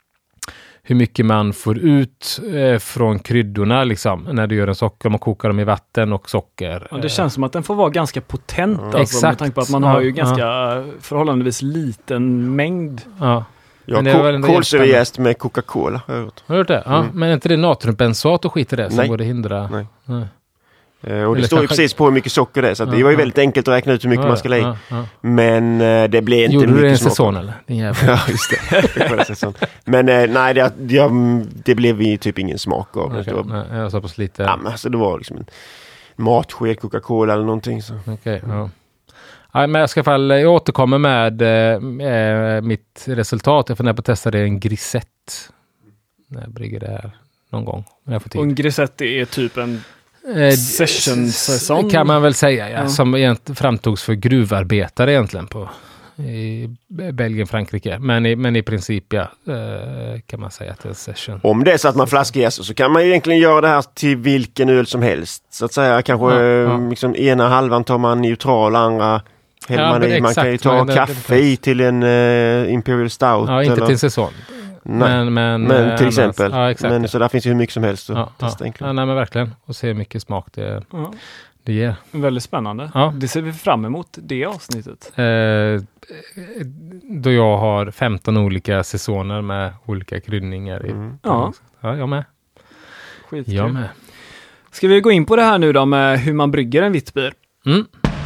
hur mycket man får ut eh, från kryddorna liksom, när du gör en socker. Man kokar dem i vatten och socker. Ja, det känns som att den får vara ganska potent. Mm. Alltså, exakt. Med tanke på att man har ju ganska ja. förhållandevis liten mängd. Ja. Ja, ko- kolsyrejäst med Coca-Cola har jag gjort. Har du gjort det? Ja. Mm. Men är inte det natriumbensat och skit i det som Nej. borde hindra? Nej. Nej. Eh, och det står ju kanske... precis på hur mycket socker det är. Så ja, det var ju ja. väldigt enkelt att räkna ut hur mycket ja, man ska lägga i. Ja, ja. Men eh, det blev inte Gjorde mycket du det en smak. säsong eller? Din jävla. Ja, just det. Men eh, nej, det, det, det blev ju typ ingen smak av det. Okay. Det var, nej, jag sa på lite. Ja, men alltså det var liksom en matsked Coca-Cola eller någonting. Så. Okej, okay, ja. Ja, men jag ska fall, jag återkommer med eh, mitt resultat. Jag funderar på att testa det en grisett. När jag brygger det här någon gång. Jag får tid. Och en grisett är typ en eh, session-säsong? Kan man väl säga, ja. Ja. Som framtogs för gruvarbetare egentligen på i Belgien, Frankrike. Men i, men i princip, ja, eh, kan man säga att det är session. Om det är så att man flaskjäser så kan man ju egentligen göra det här till vilken öl som helst. Så att säga, kanske ja, ja. Liksom, ena halvan tar man neutral, andra ja, man, i, man kan ju ta kaffe i till en uh, Imperial Stout. Ja, inte eller? till säsong. Nej. Men, men, men till äh, exempel. Ja, exakt, men, ja. Så där finns ju hur mycket som helst att ja, testa. Ja. Ja, nej, men verkligen. Och se hur mycket smak det, ja. det ger. Väldigt spännande. Ja. Det ser vi fram emot, det avsnittet. Eh, då jag har femton olika säsonger med olika kryddningar. I, mm. Ja. Ja, jag med. Skitkul. Jag med. Ska vi gå in på det här nu då med hur man brygger en vittbier? Mm.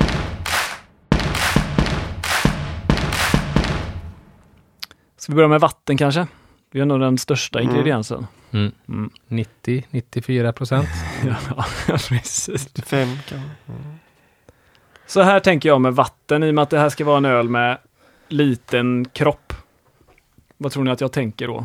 Ska vi börja med vatten kanske? Det är nog den största mm. ingrediensen. Mm. Mm. nittio till nittiofyra procent. Ja, precis. fem kan. Mm. Så här tänker jag med vatten, i och med att det här ska vara en öl med liten kropp. Vad tror ni att jag tänker då?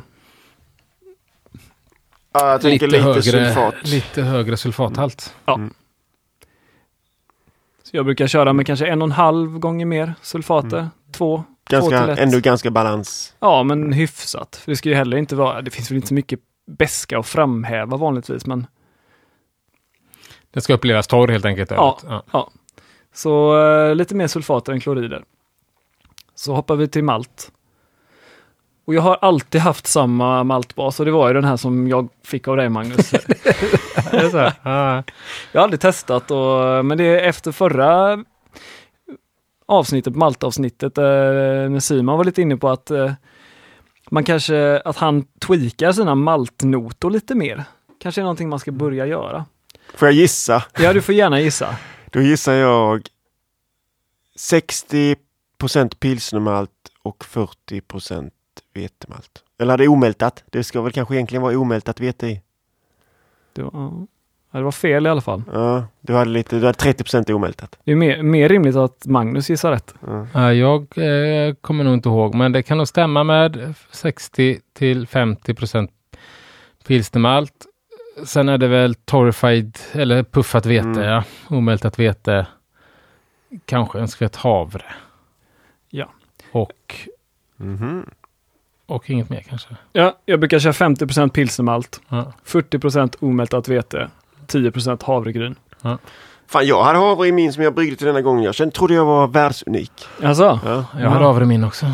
Ja, jag tänker lite, lite högre sulfat. Lite högre sulfathalt. Ja. Mm. Så jag brukar köra med kanske en och en halv gånger mer sulfater. Mm. Två. Ganska, två till ett. Ändå ganska balans. Ja, men hyfsat. För det ska ju heller inte vara, det finns väl inte så mycket beska att framhäva vanligtvis, men det ska upplevas torr helt enkelt. Ja, ja. ja. Så eh, lite mer sulfater än klorider. Så hoppar vi till malt. Och jag har alltid haft samma maltbas och det var ju den här som jag fick av dig, Magnus. Det är så. Ja. Jag har aldrig testat, och, men det är efter förra avsnittet, maltavsnittet, eh, när Simon var lite inne på att eh, man kanske, att han tweakar sina maltnotor lite mer. Kanske är någonting man ska börja göra. Får jag gissa? Ja, du får gärna gissa. Då gissar jag sextio procent pilsnermalt och fyrtio procent vetemalt. Eller det är omältat. Det ska väl kanske egentligen vara omältat vete i. Det var, ja, det var fel i alla fall. Ja, du hade lite, du hade trettio procent omältat. Det är mer, mer rimligt att Magnus gissar rätt. Ja. Ja, jag eh, kommer nog inte ihåg, men det kan nog stämma med sextio till femtio procent pilsnermalt. Sen är det väl torrefied eller puffat vete, Mm. ja. Omältat vete. Kanske en skvätt havre. Ja. Och, Mhm. och inget mer kanske. Ja, jag brukar köra femtio procent pilsnermalt, Ja. fyrtio procent omältat vete, tio procent havregryn. Fan, jag hade havre i min som jag bryggde till denna gången. Jag kände, trodde jag var världsunik. Alltså, Ja. Jag har havre min också.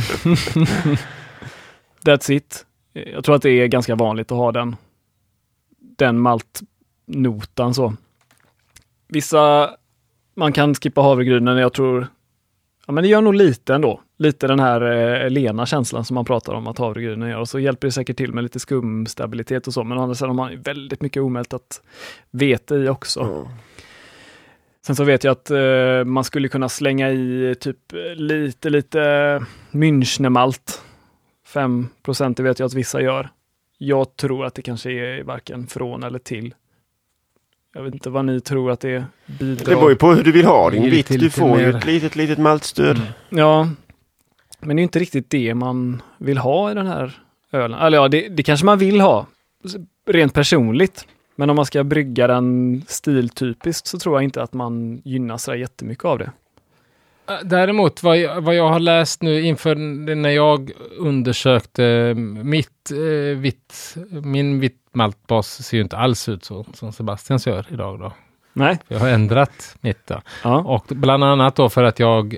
that's it. Jag tror att det är ganska vanligt att ha den, den maltnotan så. Vissa, man kan skippa havregrynen, jag tror, ja men det gör nog lite ändå. Lite den här eh, lena känslan som man pratar om att havregrynen gör. Och så hjälper det säkert till med lite skumstabilitet och så. Men å andra sidan har man väldigt mycket omältat vete i också. Mm. Sen så vet jag att eh, man skulle kunna slänga i typ lite, lite Münchnermalt. fem procent, det vet jag att vissa gör. Jag tror att det kanske är varken från eller till. Jag vet inte vad ni tror att det bidrar. Det beror ju på hur du vill ha din Lite, vitt. Du lite får ju mer. ett litet, litet maltstöd. Mm. Ja, men det är inte riktigt det man vill ha i den här ölen. Eller ja, det, det kanske man vill ha rent personligt. Men om man ska brygga den stiltypiskt så tror jag inte att man gynnas så jättemycket av det. Däremot, vad jag, vad jag har läst nu inför när jag undersökte mitt eh, vitt, min vitt maltbas ser ju inte alls ut så som Sebastians gör idag då. Nej. Jag har ändrat mitt då. Ja. Och bland annat då för att jag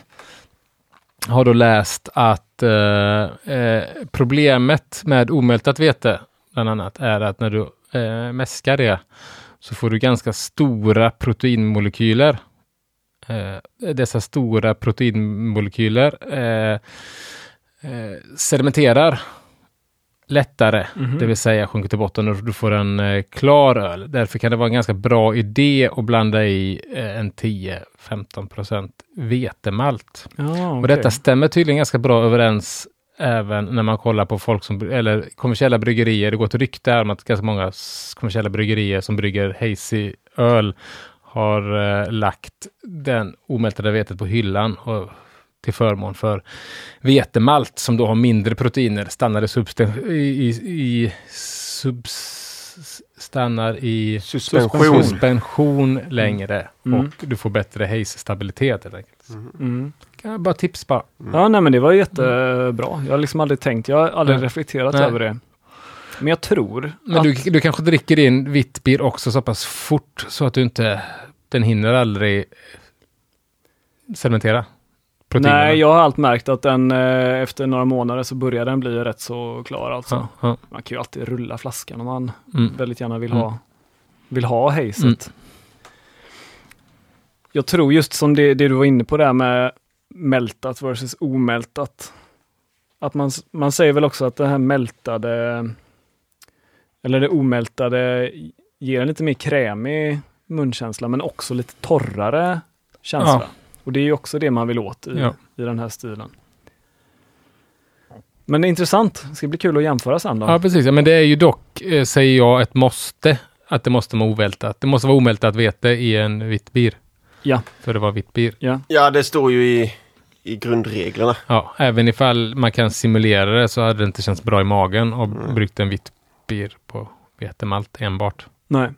har då läst att eh, eh, problemet med omältat vete bland annat är att när du eh, mäskar det så får du ganska stora proteinmolekyler. Eh, dessa stora proteinmolekyler eh, eh, sedimenterar lättare, Mhm. det vill säga sjunker till botten och du får en eh, klar öl. Därför kan det vara en ganska bra idé att blanda i eh, en tio till femton procent vetemalt. Ja, Och okej. detta stämmer tydligen ganska bra överens även när man kollar på folk som, eller kommersiella bryggerier. Det går ett rykte om att ganska många s- kommersiella bryggerier som brygger hazy öl har eh, lagt den omältade vetet på hyllan och till förmån för vetemalt som då har mindre proteiner, stannar i, substan- i, i, i subs- stannar i Suspension. suspension längre Mm. och du får bättre haze-stabilitet helt enkelt. Mm. Kan jag bara tips bara. Ja, nej men det var jättebra. Jag har liksom aldrig tänkt, jag har aldrig Nej. reflekterat Nej. över det. Men jag tror Men att... du, du kanske dricker din vitt bier också så pass fort så att du inte, den hinner aldrig sedimentera proteinerna. Nej, jag har allt märkt att den eh, efter några månader så börjar den bli rätt så klar alltså. Ja, ja. Man kan ju alltid rulla flaskan om man Mm. väldigt gärna vill Mm. ha vill ha hazet. Mm. Jag tror just som det, det du var inne på där med mältat versus omältat. Att man, man säger väl också att det här mältade eller det omältade ger en lite mer krämig munkänsla men också lite torrare känsla. Ja. Och det är ju också det man vill åt i, Ja. i den här stilen. Men det är intressant. Det ska bli kul att jämföra sen då. Ja, precis. Ja, men det är ju dock, eh, säger jag, ett måste att det måste vara omältat. Det måste vara omältat vete i en vitt bier. Ja. För det var vitt bier. Ja. Ja, det står ju i, i grundreglerna. Ja, även ifall man kan simulera det så hade det inte känts bra i magen och Mm. bryggt en vitt bier på vetemalt enbart. Nej.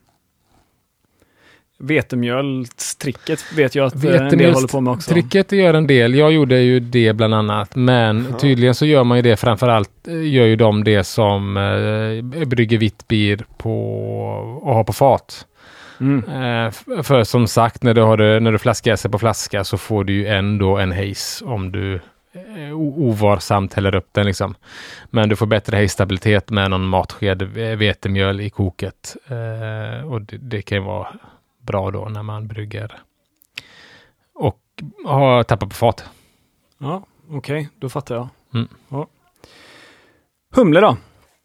Vetemjölstricket vet jag att eh, en del håller på med också. Tricket gör en del. Jag gjorde ju det bland annat. Men Ja. tydligen så gör man ju det. Framförallt eh, gör ju de det som eh, brygger vitt bier på och har på fat. Mm. Eh, f- för som sagt, när du, har det, när du flaskjäser på flaska så får du ju ändå en haze om du eh, o- ovarsamt häller upp den liksom. Men du får bättre haze-stabilitet med någon matsked v- vetemjöl i koket. Eh, och det, det kan ju vara bra då när man brygger och har tappat på fat. Ja, okej. Okay. Då fattar jag. Mm. Ja. Humle då?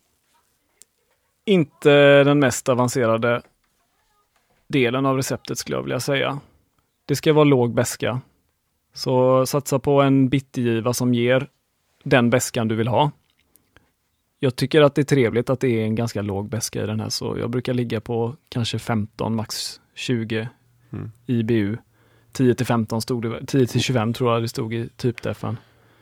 Inte den mest avancerade delen av receptet skulle jag vilja säga. Det ska vara låg beska. Så satsa på en bittergiva som ger den beskan du vill ha. Jag tycker att det är trevligt att det är en ganska låg beska i den här, så jag brukar ligga på kanske femton, max tjugo Mm. I B U. tio till femton stod det, tio till tjugofem tror jag det stod i typdefen.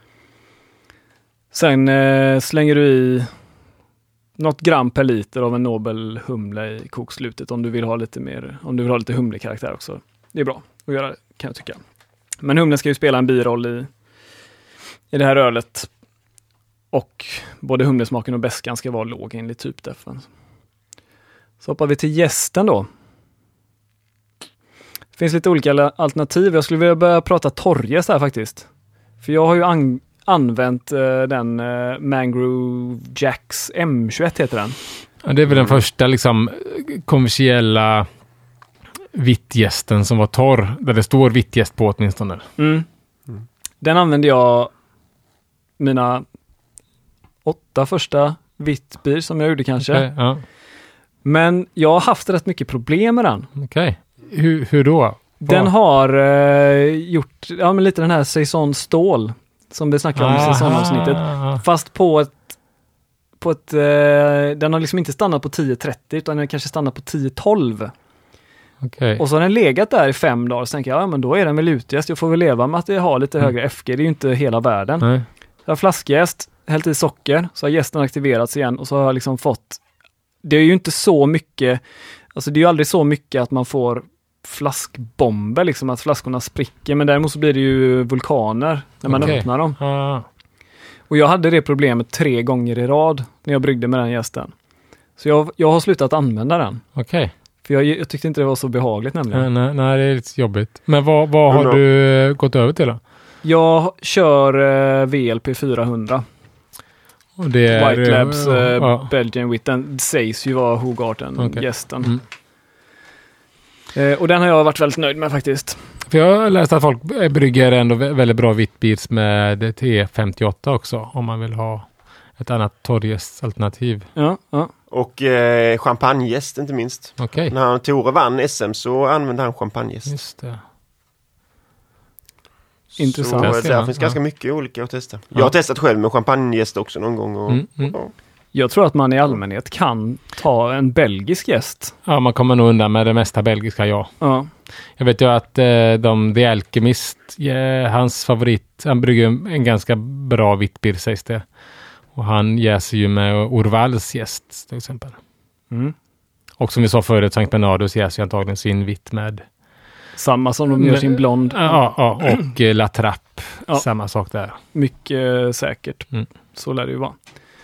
Sen eh, slänger du i något gram per liter av en Nobel humle i kokslutet om du vill ha lite mer, om du vill ha lite humlekaraktär också. Det är bra att göra, kan jag tycka. Men humlen ska ju spela en biroll i, i det här ölet. Och både humlesmaken och beskan ska vara låg enligt typdefen. Så hoppar vi till jästen då. Det finns lite olika alternativ. Jag skulle vilja börja prata torrjäst här faktiskt. För jag har ju an- använt uh, den uh, Mangrove Jacks M tjugoett heter den. Ja, det är väl den första liksom kommersiella vittjästen som var torr. Där det står vittjäst på åtminstone. Mm. Mm. Den använde jag mina åtta första vittbier som jag gjorde kanske. Okay, ja. Men jag har haft rätt mycket problem med den. Okej. Okay. Hur, hur då? Den har uh, gjort ja, men lite den här Saison stål som vi snackade om i säsongavsnittet. Fast på ett på ett, uh, den har liksom inte stannat på tio trettio utan den kanske stannat på tio tolv. Okay. Och så har den legat där i fem dagar. Så tänker jag, ja men då är den väl utjäst. Jag får väl leva med att det har lite mm. högre F G. Det är ju inte hela världen. Nej. Jag har flaskjäst, hällt i socker, så har jästen aktiverats igen och så har jag liksom fått, det är ju inte så mycket, alltså det är ju aldrig så mycket att man får flaskbomber liksom, att flaskorna spricker, men däremot så blir det ju vulkaner när man okay. öppnar dem. Ah. Och jag hade det problemet tre gånger i rad när jag bryggde med den jästen. Så jag, jag har slutat använda den. Okej. Okay. För jag, jag tyckte inte det var så behagligt nämligen. Nej, nej, nej det är lite jobbigt. Men vad, vad har du gått över till då? Jag kör uh, V L P fyrahundra. Och det är, White Labs uh, ja. Belgian Wit. Den sägs ju vara Hogarten, okay. gästen. Mm. Uh, och den har jag varit väldigt nöjd med faktiskt. För jag har läst att folk brygger ändå väldigt bra vittbirs med T femtioåtta också. Om man vill ha ett annat torrjästalternativ. Ja, ja. Och eh, champagnejäst inte minst. Okay. När Tore vann S M så använde han champagnejäst. Just det. Intressant. Så det ja. finns ganska mycket olika att testa. Ja. Jag har testat själv med champagnejäst också någon gång. Och, mm, mm. Ja. Jag tror att man i allmänhet kan ta en belgisk gäst. Ja, man kommer nog undan med det mesta belgiska, ja. Ja. Jag vet ju att eh, de, The Alchemist, yeah, hans favorit, han brygger en ganska bra vittbier sägs det. Och han jäser ju med Orvals jäst till exempel. Mm. Och som vi sa förut, Sankt Bernardus jäser ju antagligen sin vitt med samma som de gör sin blond. Ja, ja och eh, La Trappe. Ja. Samma sak där. Mycket eh, säkert. Mm. Så lär det ju vara.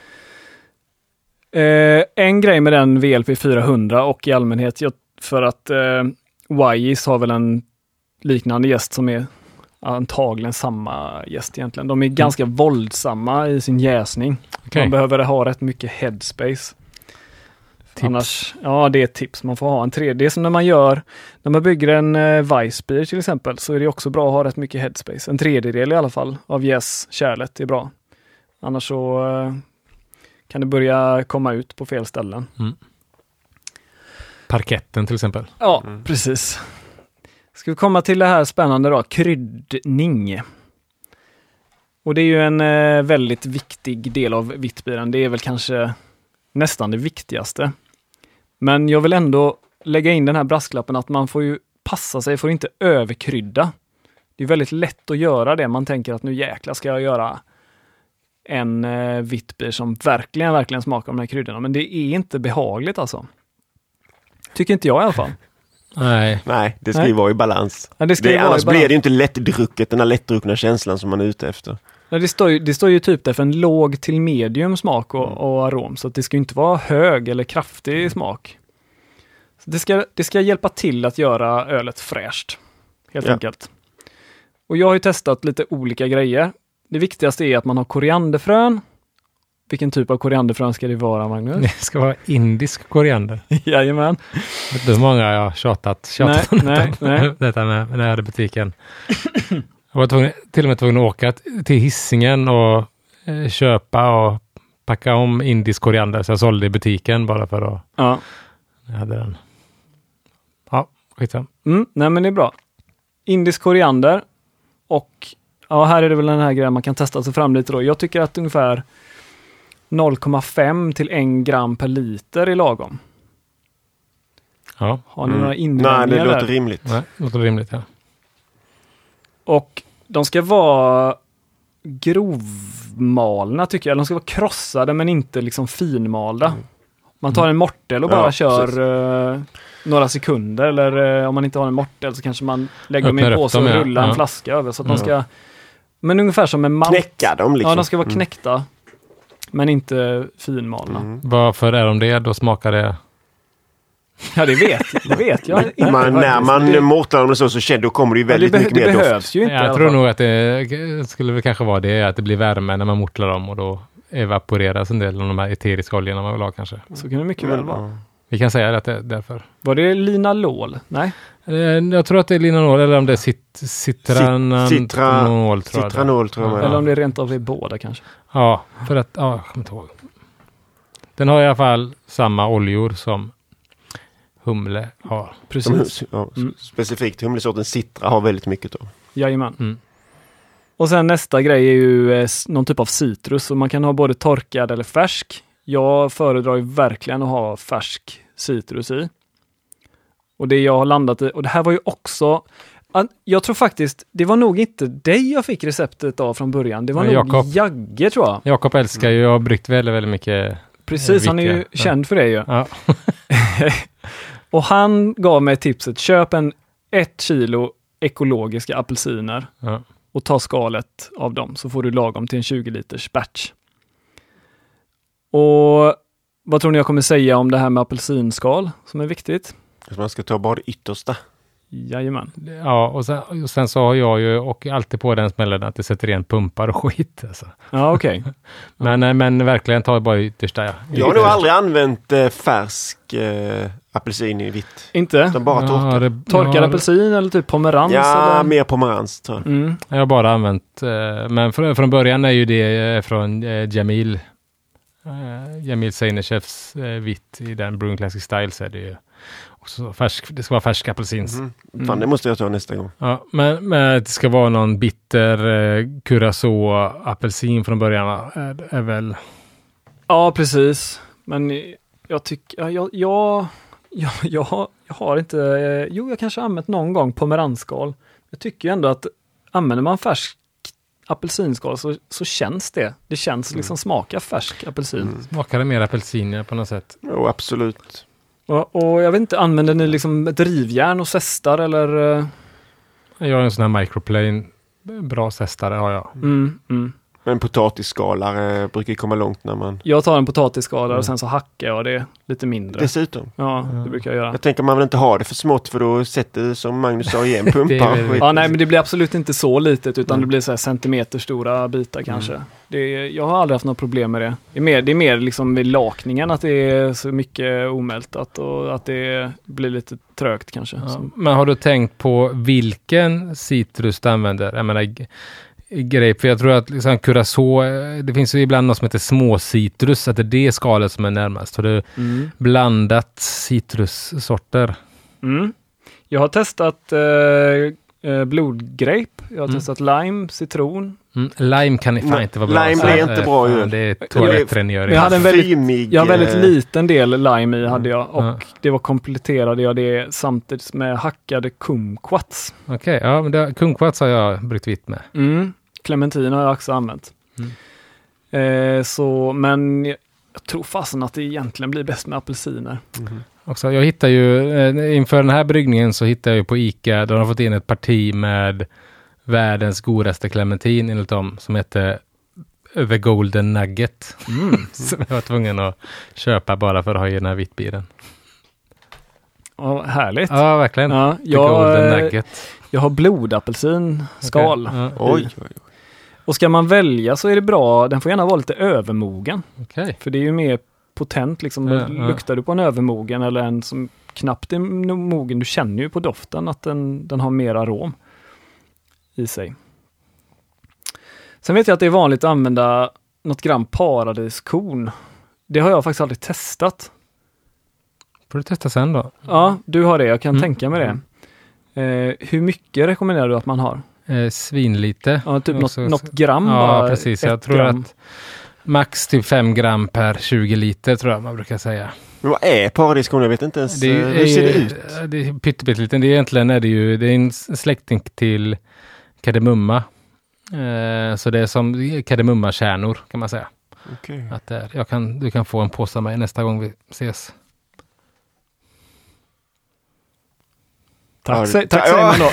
Eh, en grej med den V L P fyrahundra och i allmänhet jag, för att eh, Wyes har väl en liknande gäst som är antagligen samma gäst egentligen. De är mm. ganska våldsamma i sin jäsning. Okay. Man behöver ha rätt mycket headspace. Tips. Annars, ja det är ett tips. Man får ha en tredje. Det är som när man gör, när man bygger en uh, Weissbier till exempel, så är det också bra att ha rätt mycket headspace. En tredjedel i alla fall av jäskärlet är bra. Annars så uh, kan det börja komma ut på fel ställen. Mm. Parketten till exempel. Ja, mm. precis. Ska vi komma till det här spännande då, kryddning. Och det är ju en uh, väldigt viktig del av vittbiren. Det är väl kanske nästan det viktigaste. Men jag vill ändå lägga in den här brasklappen att man får ju passa sig för att inte överkrydda. Det är väldigt lätt att göra det. Man tänker att nu jäkla ska jag göra en eh, vittbier som verkligen, verkligen smakar de här kryddorna. Men det är inte behagligt alltså. Tycker inte jag i alla fall. Nej. Nej, det ska ju vara i balans. Ja, det ska det, ju vara annars i balans. blir det ju inte lättdrucket, den här lättdruckna känslan som man är ute efter. Ja, det, står ju, det står ju typ där för en låg till medium smak och, och arom. Så att det ska ju inte vara hög eller kraftig smak. Så det, ska, det ska hjälpa till att göra ölet fräscht, helt Ja. enkelt. Och jag har ju testat lite olika grejer. Det viktigaste är att man har korianderfrön. Vilken typ av korianderfrön ska det vara, Magnus? Det ska vara indisk koriander. Jajamän. Vet du hur många jag har tjatat, tjatat Nej, om detta, nej, nej. detta med när jag hade butiken. Jag var tvungen, till och med tvungen att åka t- till Hisingen och eh, köpa och packa om indisk koriander. Så jag sålde i butiken bara för att Ja. jag hade den. Ja, skitsamma. Mm, nej men det är bra. Indisk koriander och ja, här är det väl den här grejen man kan testa sig fram lite då. Jag tycker att ungefär noll komma fem till en gram per liter är lagom. Ja, Har ni Mm. några invändningar Nej, det låter där? rimligt. nej, det låter rimligt. Ja. Och de ska vara grovmalna tycker jag. De ska vara krossade men inte liksom finmalda. Man tar en mortel och bara Ja, kör uh, några sekunder. Eller uh, om man inte har en mortel så kanske man lägger dem i Öppnar en upp påse dem, och ja. rullar en Ja. flaska över. Så att Mm. de ska... Men ungefär som en malt. Knäcka dem liksom. Ja, de ska vara Mm. knäckta. Men inte finmalna. Mm. Varför är de det? Då smakar det... Ja, det vet jag. Det vet jag inte Man, när faktiskt. man det, mortar dem så, så känner då kommer det ju ja, det, väldigt be, mycket det mer doft. behövs ju inte. i alla Jag tror fall. nog att det skulle väl kanske vara det, att det blir värme när man mortlar dem och då evaporeras en del av de här eteriska oljorna man vill ha kanske. Så kan det mycket väl vara. Ja. Vi kan säga att det är därför. Var det linalol? Nej. Eh, Jag tror att det är linalol eller om det är cit- citrananol. Citra- tror jag. Citranol tror jag med. Eller om det rent av är båda kanske. Ja, för att, ja, jag kommer inte ihåg. Den har i alla fall samma oljor som humle har. Precis. Som, ja, Mm. Specifikt humlesorten Citra har väldigt mycket av. Jajamän. Mm. Och sen nästa grej är ju eh, s- någon typ av citrus. Och man kan ha både torkad eller färsk. Jag föredrar ju verkligen att ha färsk citrus i. Och det jag har landat i, och det här var ju också, an- jag tror faktiskt, det var nog inte dig jag fick receptet av från början. Det var Ja, nog Jakob. Jagge tror jag. Jakob älskar ju, jag har bryggt väldigt, väldigt mycket. Precis, han är ju Vilka? Ja. känd för det ju. Ja. Och han gav mig tipset, köp en ett kilo ekologiska apelsiner Ja. och ta skalet av dem så får du lagom till en tjugo liters batch. Och vad tror ni jag kommer säga om det här med apelsinskal som är viktigt? Så man ska ta bara det yttersta. Jajamän. Ja, och sen, och sen så har jag ju och alltid på den smällen att det sätter igen pumpar och skit. Alltså. Ja, okej. Men, eh, men verkligen ta bara yttersta. Ja. Jag har nog aldrig använt eh, färsk eh, apelsin i vitt. Inte? Utan bara torkad. Ja, det, Torkad jag, har- apelsin eller typ pomerans? Ja, eller? mer pomerans tror jag. Mm. jag har bara använt, eh, men från, från början är ju det eh, från eh, Jamil. Eh, Jamil Seinechefs eh, vitt i den Brewing Classic Style så är det ju också färsk, det ska vara färsk apelsins. Mhm. Mm. Fan, det måste jag ta nästa gång. Ja, men, men det ska vara någon bitter eh, curacao apelsin från början va? Är, är väl... Ja, precis. Men jag tycker, ja, jag, jag, jag, jag, har, jag har inte, eh, jo jag kanske har använt någon gång pomeranskal. Jag tycker ju ändå att använder man färsk apelsinskal så, så känns det. Det känns liksom smaka färsk apelsin. Mm. Smakar det mer apelsiner på något sätt? Jo, absolut. Och, och jag vet inte, använder ni liksom ett rivjärn och zestar eller? eh, Jag har en sån här microplane, bra zestare har jag. Mm, mm. Men potatisskalare brukar ju komma långt när man... Jag tar en potatisskalare Mm. och sen så hackar jag det lite mindre. Dessutom. Ja, det brukar jag göra. Jag tänker man vill inte ha det för smått för då sätter det som Magnus sa igen pumpar. Det är och väl- skit. Ja, nej, men det blir absolut inte så litet utan Mm. det blir så här centimeter stora bitar kanske. Det är, jag har aldrig haft något problem med det. Det är mer, det är mer liksom vid lakningen att det är så mycket omältat och att det blir lite trögt kanske. Ja. Så, Men har du tänkt på vilken citrus du använder? Jag menar, g- grape, för jag tror att liksom curacao, eh, det finns ju ibland något som heter småcitrus, att det är det skalet som är närmast. Har du mm. blandat citrussorter? Mm. Jag har testat eh, eh, blodgrape, jag har Mm. testat lime, citron. Mm, lime kan i fan Nej, inte vara bra. lime Så, blir eh, inte bra ju. fan, det är toalettrengöring. Men jag hade en väldigt- Parfymig, Jag har en väldigt eh, liten del lime i hade jag och Ja. det var kompletterade jag det samtidigt med hackade kumquats. Okej, ja, men det, kumquats har jag bryggt vitt med. Mm. Clementin har jag också använt. Mm. Eh, så, men jag, jag tror fasen att det egentligen blir bäst med apelsiner. mhm. Också, jag hittar ju, eh, inför den här bryggningen så hittar jag ju på ICA, där de har fått in ett parti med världens godaste clementin enligt dem, som heter The Golden Nugget. Mm. Som jag var tvungen att köpa bara för att ha i den här vittbilen. Ja, härligt. Ja, verkligen. Ja, The golden jag, nugget. jag har blodapelsinskal. Okay. Ja. Oj, oj, oj. Och ska man välja så är det bra, den får gärna vara lite övermogen. Okay. För det är ju mer potent liksom. Ja, ja. Luktar du på en övermogen eller en som knappt är mogen, du känner ju på doften att den, den har mer arom i sig. Sen vet jag att det är vanligt att använda något gram paradiskorn. Det har jag faktiskt aldrig testat. Får du testa sen då? Ja, du har det. Jag kan Mm. tänka mig det. Eh, hur mycket rekommenderar du att man har? Eh, svinlite. Ja, typ något, så, något gram. Ja, bara, precis. Jag ett tror gram. att max typ fem gram per tjugo liter tror jag man brukar säga. Men vad är paradiskorn? Jag vet inte ens. Det är, hur ser det ut? Det är pytteliten. Det är egentligen är det ju det är en släkting till kardemumma. Eh, så det är som kardemummakärnor kan man säga. Okay. Att det är, jag kan, du kan få en påse av mig nästa gång vi ses. Tack, Ja, sä- det- tack ja. säger man då.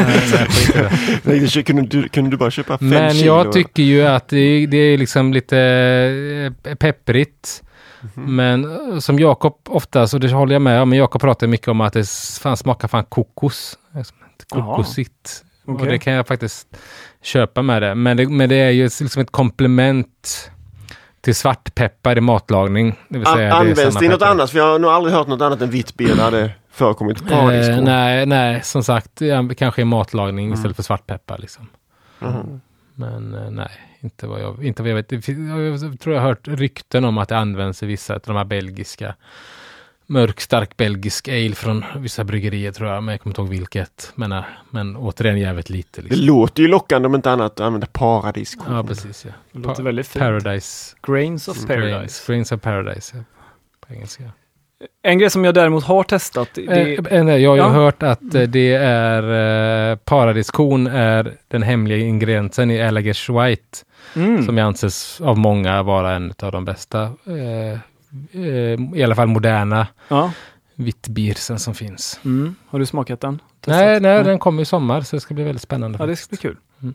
Nej, nej, skit i det. Nej, kunde, du, kunde du bara köpa fem Men kilo? jag tycker ju att det, det är liksom lite eh, pepprigt. Mhm. Men eh, som Jakob ofta, så det håller jag med om, men Jakob pratar mycket om att det fan smakar fan kokos. Kokosigt. Och Okej. det kan jag faktiskt köpa med det. Men det, men det är ju liksom ett komplement till svartpeppar i matlagning. Det vill säga, An- det är används samma det i något peppar. annat? För jag har nog aldrig hört något annat än vitt bier där det förekommit paradiskorn. Eh, nej, nej, som sagt, ja, kanske i matlagning Mm. istället för svartpeppar liksom. Mhm. Men eh, nej, inte vad jag, inte vad jag vet. Det fin- Jag tror jag har hört rykten om att det används i vissa av de här belgiska mörk, stark belgisk ale från vissa bryggerier tror jag, men jag kommer inte ihåg vilket. Men, eh, men återigen jävligt lite. Det Liksom. låter ju lockande om inte annat att använda paradiskorn. Ja, precis. Ja. Det låter Pa- väldigt fint. Paradise. Grains of Grains, Paradise. grains of Paradise. Ja, på engelska. En grej som jag däremot har testat, det, Eh, eh, nej, jag har ju Ja. hört att eh, det är eh, paradiskorn är den hemliga ingrediensen i Allagers White. mm, Som jag anses av många vara en av de bästa, eh, eh, i alla fall moderna ja, vittbirsen som finns. mm. Har du smakat den? Testat? Nej, nej, den kommer i sommar så det ska bli väldigt spännande. Ja, det ska bli kul. Mm.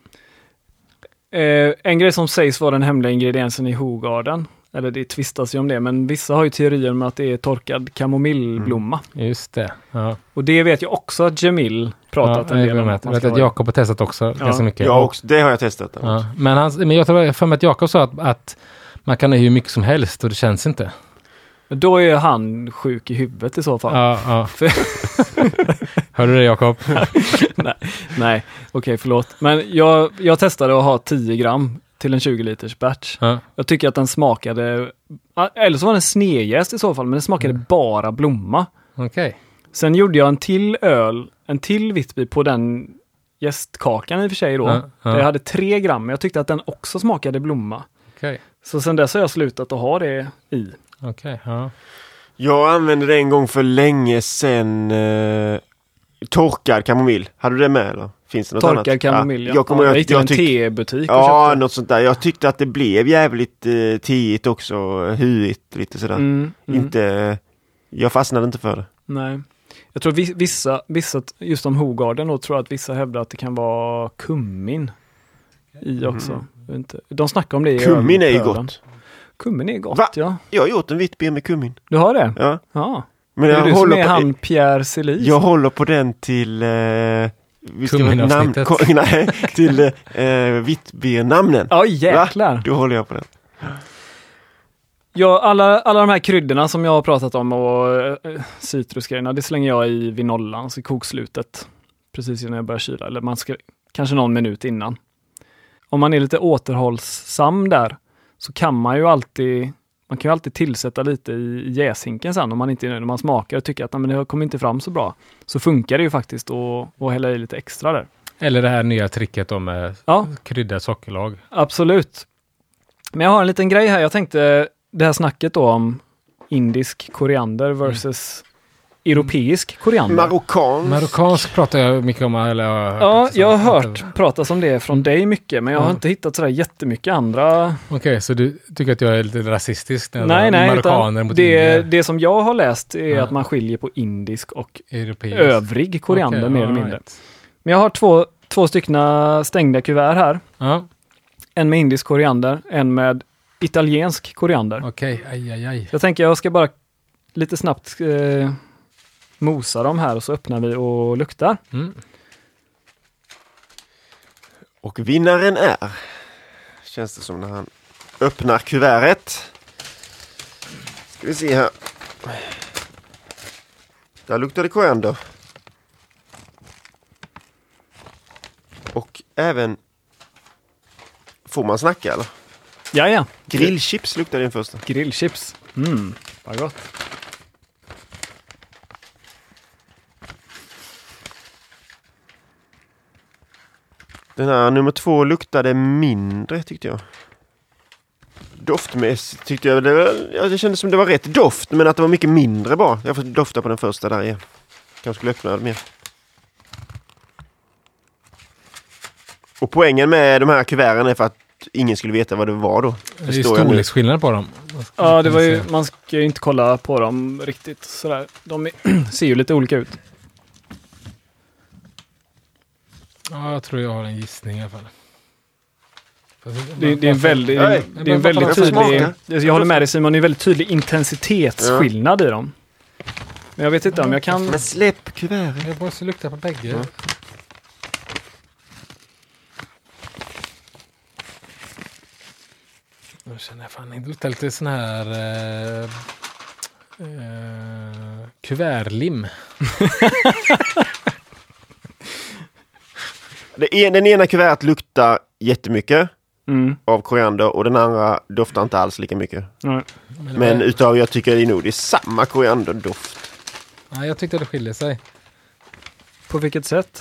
Eh, en grej som sägs vara den hemliga ingrediensen i Hogarden, eller det tvistas ju om det, men vissa har ju teorier om att det är torkad kamomillblomma. Just det. Ja. Och det vet jag också att Jamil pratat ja, en jag del är om. med. Att Jag man vet ska att vara- Jakob har testat också ganska mycket. Jag också, det har jag testat. Ja. Men, han, men jag tror för mig att Jakob sa att, att man kan ha hur mycket som helst och det känns inte. Men då är han sjuk i huvudet i så fall. Ja, ja. Hör du det Jakob? Nej, okej, förlåt. Men jag, jag testade att ha tio gram till en tjugo liters batch. Ja. Jag tycker att den smakade, eller så var den snedjäst i så fall, men den smakade Mm. bara blomma. Okej. Sen gjorde jag en till öl, en till vittby på den jästkakan i och för sig då. Ja, ja. Där jag hade tre gram, men jag tyckte att den också smakade blomma. Okej. Så sen dess har jag slutat att ha det i. Okej. Ja. Jag använde det en gång för länge sedan. Eh, torkad kamomill. Hade du det med eller? Finns det något annat? Torkad kamomill, ja. Jag kommer ja, jag, jag gick till jag en tyck- tebutik och Ja, köpte. något sånt där. Jag tyckte att det blev jävligt eh, tidigt också. Huigt lite sådär. Mm, mm. Inte... Jag fastnade inte för det. Nej. Jag tror vi- vissa, vissa, just om Hogarden då, tror jag att vissa hävdar att det kan vara kummin i också. Mm. Jag vet inte. De snackar om det i Kummin är ju ölen. gott. Kummin är gott, Va? ja. Jag har gjort en vitt bier med kummin. Du har det? Ja. Ja. Men Är det jag du som håller är på... han Pierre Celis? Jag håller på den till... Eh, vi ska- Kumminavsnittet. ko- nej, till eh, vittbiernamnen. Ja, jäklar. Då håller jag på den. Ja, alla, alla de här kryddorna som jag har pratat om och äh, citrusgrejerna, det slänger jag i vid nollan, alltså i kokslutet. Precis innan jag börjar kyla, eller man ska, kanske någon minut innan. Om man är lite återhållsam där så kan man ju alltid man kan ju alltid tillsätta lite i jäshinken sen om man inte är nöjd. När man smakar och tycker att nej, men det kommer inte fram så bra. Så funkar det ju faktiskt att, att hälla i lite extra där. Eller det här nya tricket om med Ja, krydda sockerlag. absolut. Men jag har en liten grej här. Jag tänkte det här snacket då om indisk koriander versus europeisk koriander. Marockan. Marockansk pratar jag mycket om. Eller jag har hört Ja, också. jag har hört pratas om det från dig mycket, men jag har Ja. inte hittat sådär jättemycket andra. Okej, så du tycker att jag är lite rasistisk? När jag Nej, har nej, marockaner utan mot det, indier? det som jag har läst är Ja. att man skiljer på indisk och Europeisk. övrig koriander Okej, mer eller all mindre. right. Men jag har två, två styckna stängda kuvert här. Ja, En med indisk koriander, en med italiensk koriander. okej. Aj, aj, aj. Jag tänker jag ska bara lite snabbt eh, mosa dem här och så öppnar vi och luktar. Mm. Och vinnaren är, känns det som när han öppnar kuvertet. Ska vi se här. Där luktar det koriander. Och även, får man snacka eller? Ja, ja. Grillchips luktar den första. Grillchips. Mm, vad gott. Den här nummer två luktade mindre tyckte jag. Doftmässigt tyckte jag det, var, ja, det kändes som det var rätt doft, men att det var mycket mindre bara. Jag får dofta på den första där igen. Kanske skulle öppna det mer. Och poängen med de här kuverten är för att ingen skulle veta vad det var då. Det är ju storleksskillnad på dem. Ja, det var ju, man ska ju inte kolla på dem riktigt sådär. De är, ser ju lite olika ut. Ja, jag tror jag har en gissning i alla fall. Det, det är en väldigt, Nej, det är en väldigt jag får tydlig, smaka. jag håller med dig Simon, det är en väldigt tydlig intensitetsskillnad i dem. Men jag vet inte om jag kan... Men släpp kuvertet. Jag måste lukta på bägge. Ja. Jag känner fan, det luktar lite sån här eh, eh, kuvertlim. Det en, den ena kuvertet luktar jättemycket Mm. av koriander och den andra doftar inte alls lika mycket. Nej. Men utav, jag tycker det är nog det är samma korianderdoft. Nej, jag tyckte det skiljer sig. På vilket sätt?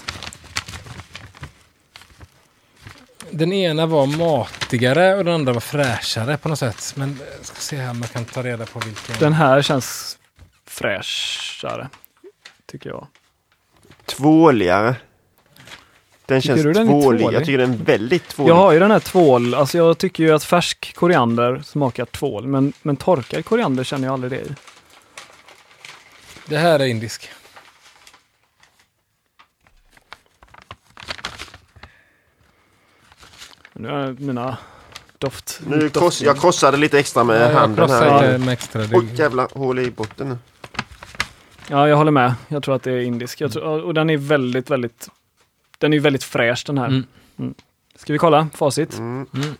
Den ena var matigare och den andra var fräschare på något sätt. Men jag ska se här om jag kan ta reda på vilken. Den här känns fräschare, tycker jag. Tvåligare. Den Tycker känns du den är tvålig. tvålig? Jag tycker den är väldigt tvålig. Jag har ju den här tvål, alltså jag tycker ju att färsk koriander smakar tvål, men, men torkad koriander känner jag aldrig det i. Det här är indisk. Nu är mina doft... Nu doft- kross, jag krossade lite extra med Ja, jag handen krossar här. lite med extra. Det- Oj jävla hål i botten nu. Ja, jag håller med. Jag tror att det är indisk. Jag tror, och den är väldigt, väldigt... Den är ju väldigt fräsch den här. Mm. Mm. Ska vi kolla facit? Mm. Mm.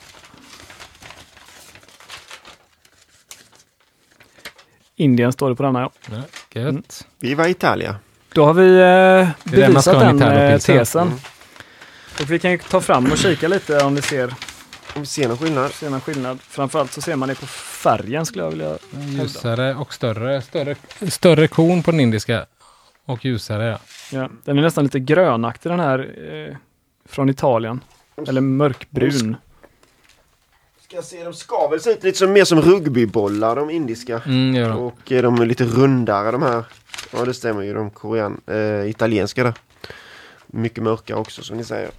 Indien står det på denna, ja. Ja, gött. Mm. Viva Italia. Då har vi eh, där man ska bevisat ha en den eh, Italo-pizza. tesen. Mm. Och vi kan ju ta fram och kika lite om vi ser, Om vi ser någon skillnad. ser någon skillnad. Framförallt så ser man det på färgen skulle jag vilja hävda. Ljusare och större. Större, större kon på den indiska. Och ljusare, ja. Ja, den är nästan lite grönaktig den här eh, från Italien. Eller mörkbrun. Ska jag se, de ska väl se ut lite som, mer som rugbybollar, de indiska. Mm, gör de. Och eh, de är lite rundare de här. Ja, det stämmer ju. De korean, eh, italienska där. Mycket mörkare också som ni säger.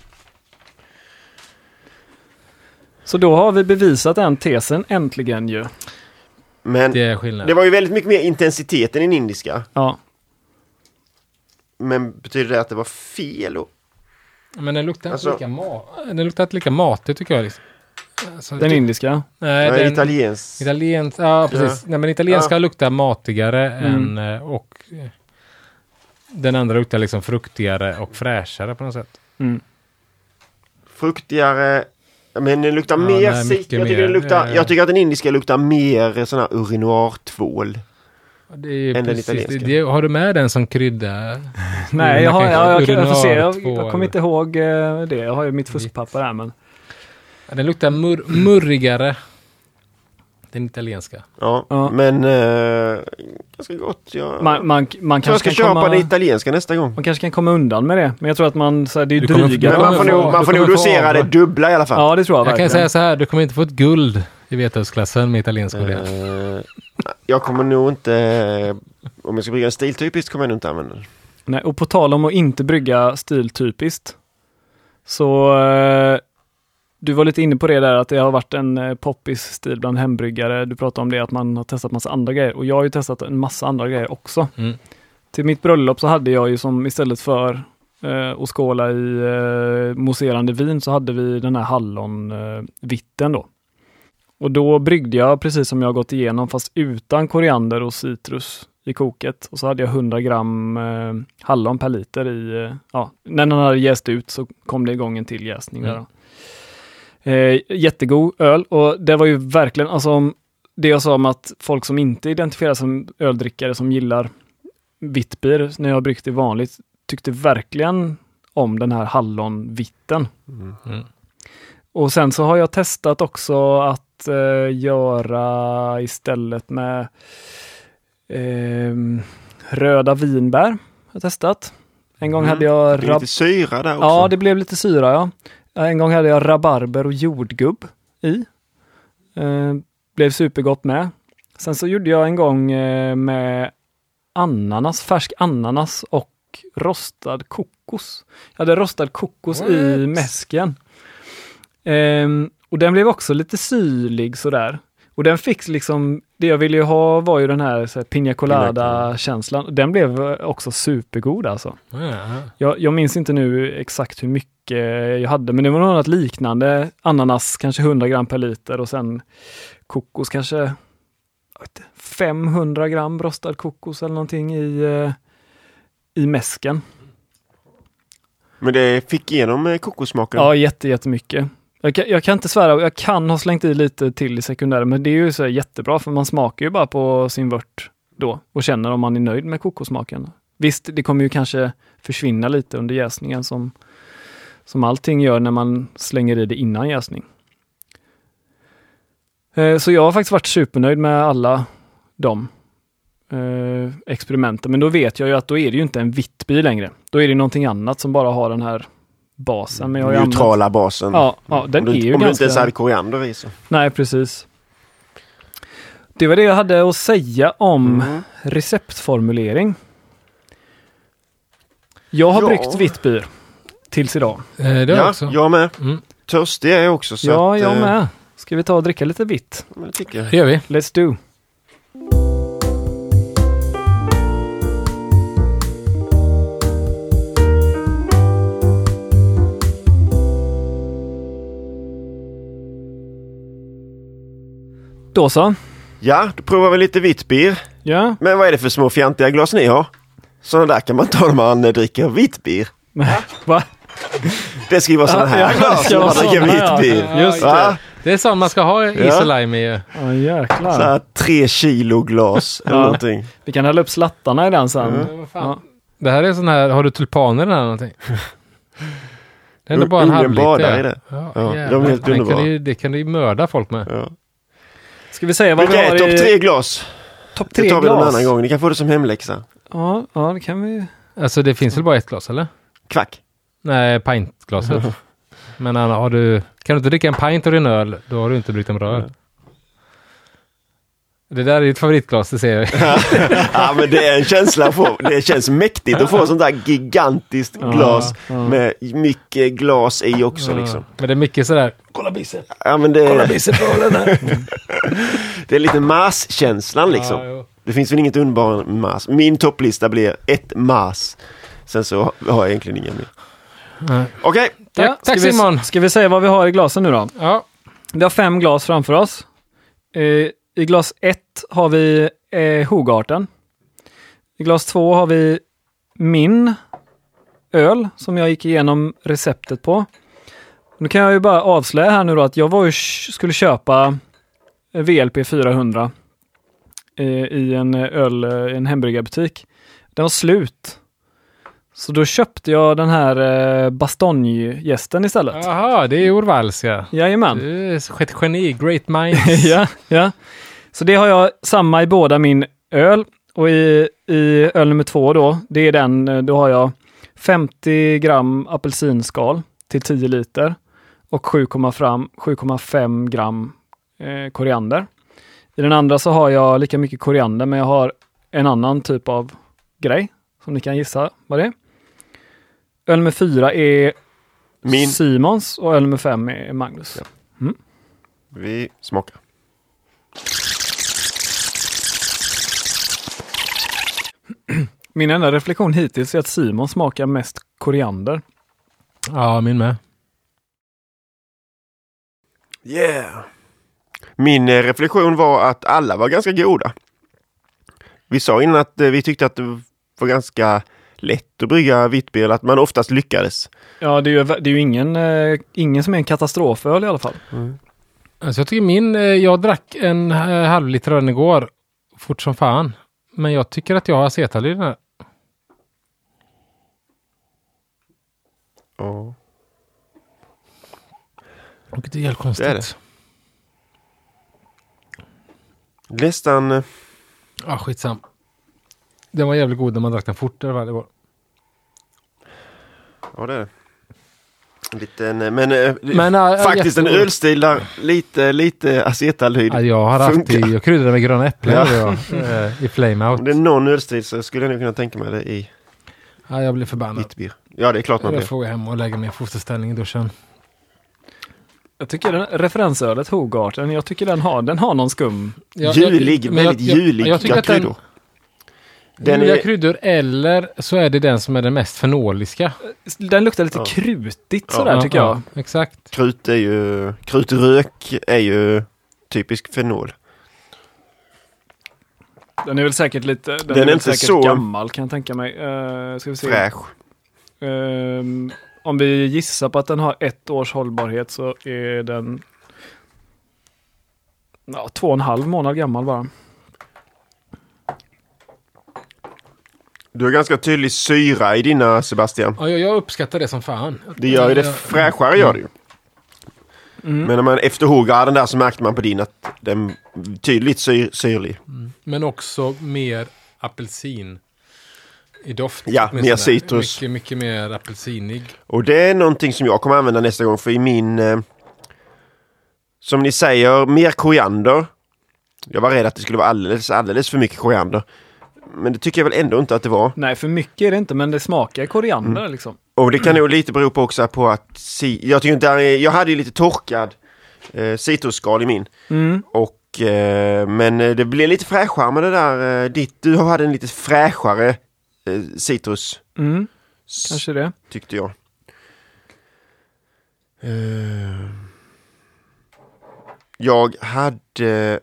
Så då har vi bevisat den tesen äntligen ju. Men Det det, är skillnad. var ju väldigt mycket mer intensitet än i den indiska. Ja, Men betyder det att det var fel då? Men den luktar Alltså- inte lika, ma- den luktar inte lika matig tycker jag. Liksom. Alltså, den ty- indiska. Nej, Nej, den, italiensk. Italiens, ja precis. Nej, men italienska Ja. luktar matigare Mm. än, eh, och eh, den andra luktar liksom fruktigare och fräschare på något sätt. Mm. Fruktigare. Men den luktar Ja, mer nej, cit- mycket jag, tycker mer, den luktar, eh. jag tycker att den indiska luktar mer sån här urinoartvål. Det är ju Än den precis, italienska. det, det, har du med den som krydda? Nej, jag, har, kan- ja, jag, kan- jag får se. Jag, urinartvål. jag kommer inte ihåg eh, det. Jag har ju mitt fuskpapper här, men... Ja, den luktar mur, murrigare. Den italienska. Ja, Ja. men eh, ganska gott. Jag, Man, man, man, så jag ska kanske kan köpa komma, det italienska nästa gång. man kanske kan komma undan med det. Men jag tror att man, så här, det är ju Du kommer- dryga. Men man får kommer nog, få- man du får nog kommer få dosera av- det dubbla i alla fall. Ja, det tror jag Jag kan verkligen. säga så här, du kommer inte få ett guld i vetenskapsklassen med italiensk uh. Eh, jag kommer nog inte, om jag ska brygga en stiltypiskt kommer jag nog inte använda den. Nej, och på tal om att inte brygga stiltypiskt. Så eh, du var lite inne på det där att det har varit en eh, poppis stil bland hembryggare. Du pratade om det att man har testat massa andra grejer. Och jag har ju testat en massa andra grejer också. Mm. Till mitt bröllop så hade jag ju som istället för eh, att skåla i eh, mousserande vin så hade vi den här hallonvitten eh, vitten då. Och då bryggde jag precis som jag har gått igenom fast utan koriander och citrus. i koket. Och så hade jag hundra gram eh, hallon per liter i, eh, ja, när den hade jäst ut så kom det igång en till jäsning där. Mm. Eh, jättegod öl och det var ju verkligen, alltså det jag sa om att folk som inte identifierar som öldrickare som gillar vitt bier när jag har bryggt det vanligt tyckte verkligen om den här hallonvitten. Mm. Mm. Och sen så har jag testat också att eh, göra istället med eh, röda vinbär. Jag har testat. En gång Mm. hade jag... Det blir lite syra där också. Ja, det blev lite syra, ja. En gång hade jag rabarber och jordgubb i. Eh, blev supergott med. Sen så gjorde jag en gång eh, med ananas, färsk ananas och rostad kokos. Jag hade rostad kokos What? i mäsken. Ehm, och den blev också lite syrlig sådär. Och den fick liksom, det jag ville ju ha var ju den här, så här piña colada-känslan. Den blev också supergod alltså. Ja. Jag, jag minns inte nu exakt hur mycket jag hade, men det var något liknande. Ananas kanske hundra gram per liter och sen kokos kanske jag vet inte, femhundra gram rostad kokos eller någonting i, eh, i mäsken. Men det fick igenom eh, kokossmaken. Ja, jätte, jättemycket. Jag kan, jag kan inte svära, jag kan ha slängt i lite till i sekundären, men det är ju så jättebra för man smakar ju bara på sin vört då och känner om man är nöjd med kokossmaken. Visst, det kommer ju kanske försvinna lite under jäsningen som, som allting gör när man slänger i det innan jäsning. Eh, så jag har faktiskt varit supernöjd med alla de eh, experimenten, men då vet jag ju att då är det ju inte en vitt bil längre. Då är det någonting annat som bara har den här basen. Men jag har ju neutrala använt... basen. Ja, ja, den om du, är ju om ganska... du inte ens hade koriander i så. Nej, precis. Det var det jag hade att säga om Mm. receptformulering. Jag har Ja. bryggt vitt bier tills idag. Eh, det har jag Ja, också. jag med. Mm. Törstig är jag också. Så Ja, att, jag eh, med. Ska vi ta och dricka lite vitt? men det tycker jag. Det gör vi. Let's do. Då så. Ja, då provar vi lite vitt bier. Ja. Men vad är det för små fjantiga glas ni har? Sådana där kan man ta när man eh, dricker vitt bier. Va? Det ska ju vara sådana här Ja, ja, glas det ska när man vara dricker såna, ja. vitt bier. Just Va? Det är sånt man ska ha is Ja. och lime i. Ja, jäklar. Så här tre kilo glas eller Ja. någonting. Vi kan hälla upp slattarna i den sen. Mm. Ja. Det här är sån här, har du tulpaner eller någonting? Det är ändå bara en Ungen halv liter. badar i det. Ja, Ja, jävlar. de är helt Den kan underbara. du, det kan du ju mörda folk med. Ja. Ska vi säga vad Vilka vi har är topp i... tre glas? Topp Det tre tar vi någon glas. annan gång. Ni kan få det som hemläxa. Ja, ja, det kan vi. Alltså det finns väl bara ett glas eller? Kvack. Nej, pintglaset. Men Anna, har du, kan du inte dricka en pint av din öl, då har du inte bryggt en bra öl. Det där är ditt favoritglas, det ser jag. Ja, men det är en känsla att få. Det känns mäktigt att få sånt där gigantiskt Ja, glas ja. med mycket glas i också Ja. liksom. Men det är mycket sådär. Kolla bicep. Ja, men det, Kolla bicep på den här. det är lite mass-känslan liksom. Ja, jo. Det finns väl inget underbar mass. Min topplista blir ett mass. Sen så har jag egentligen ingen mer. Nej. Okej. Tack, Ja, tack ska vi- Simon. Ska vi säga vad vi har i glasen nu då? Ja. Vi har fem glas framför oss. Eh, I glas ett har vi eh, Hogarten. I glas två har vi min öl som jag gick igenom receptet på. Nu kan jag ju bara avslöja här nu då att jag var ju, skulle köpa V L P fyrahundra eh, i en öl, en hembryggarbutik. Den var slut. Så då köpte jag den här eh, Bastogne-gästen istället. Jaha, det är Orvals ja. Jajamän. Du är ett geni, great minds. ja, ja. Så det har jag samma i båda min öl. Och i, i öl nummer två då, det är den, då har jag femtio gram apelsinskal till tio liter och sju komma fem gram eh, koriander. I den andra så har jag lika mycket koriander, men jag har en annan typ av grej som ni kan gissa vad det är. Öl nummer fyra är Min. Simons och öl nummer fem är Magnus. Ja. Mm. Vi smakar. Min enda reflektion hittills är att Simon smakar mest koriander. Ja, min med. Yeah. Min eh, reflektion var att alla var ganska goda. Vi sa innan att eh, vi tyckte att det var ganska lätt att brygga vittbier, att man oftast lyckades. Ja, det är ju, det är ju ingen, eh, ingen som är en katastroföl i alla fall. Mm. Alltså jag tycker min, eh, jag drack en eh, halv liter öl igår, fort som fan. Men jag tycker att jag har acetal i den här. Ja. Och det är helt konstigt. Det är det. Nästan... eh, Ja, skitsam. Den var jävligt god när man drack den fort. Det var det var. Ja, det är det. En liten, eh, men, eh, Men, ja, faktiskt en jättegod. ölstil där lite, lite acetalhyd Ja, jag har haft i, jag kryddade med gröna äpplen Ja. ja. jag, eh, i Flame Out. Om det är någon ölstil så skulle jag nog kunna tänka mig det i Ja, jag blir förbannad. vittbier. Ja, det är klart man Jag blir. får gå hem och lägga mig i fosterställning i duschen. Jag tycker den, referensölet Hogarten, jag tycker den har, den har någon skum. Jag, Julig, jag- men väldigt jag- jag- juliga jag tycker att den- kryddor. Den Juliga är, kryddor eller så är det den som är den mest fenoliska. Den luktar lite Ja. krutigt Ja, sådär tycker jag. Ja, exakt. krut är ju, krutrök är ju typisk fenol. Den är väl säkert lite, den, Den är är väl inte säkert så- gammal kan jag tänka mig. Uh, ska vi se. Fräsch. Ehm, om vi gissar på att den har ett års hållbarhet så är den ja, två och en halv månad gammal bara. Du har ganska tydlig syra i dina, Sebastian. Ja, jag, jag uppskattar det som fan. Det gör ju det Jag- fräschare, gör det ju. Mm. Men när man efter Hogarden där så märkte man på din att den är tydligt syr, syrlig. Men också mer apelsin i doft. Ja, åtminstone. mer citrus. Mycket, mycket mer apelsinig. Och det är någonting som jag kommer använda nästa gång, för i min, eh, som ni säger, mer koriander. Jag var rädd att det skulle vara alldeles, alldeles för mycket koriander. Men det tycker jag väl ändå inte att det var. Nej, för mycket är det inte, men det smakar koriander Mm. liksom. Och det kan nog lite bero på också på att si- jag tycker inte där är, jag hade ju lite torkad eh, citrusskal i min. Mm. Och, eh, men eh, det blev lite fräschare med det där. Eh, ditt, du hade en lite fräschare eh, citrus, Mm. s- Kanske det. tyckte jag. Eh, jag hade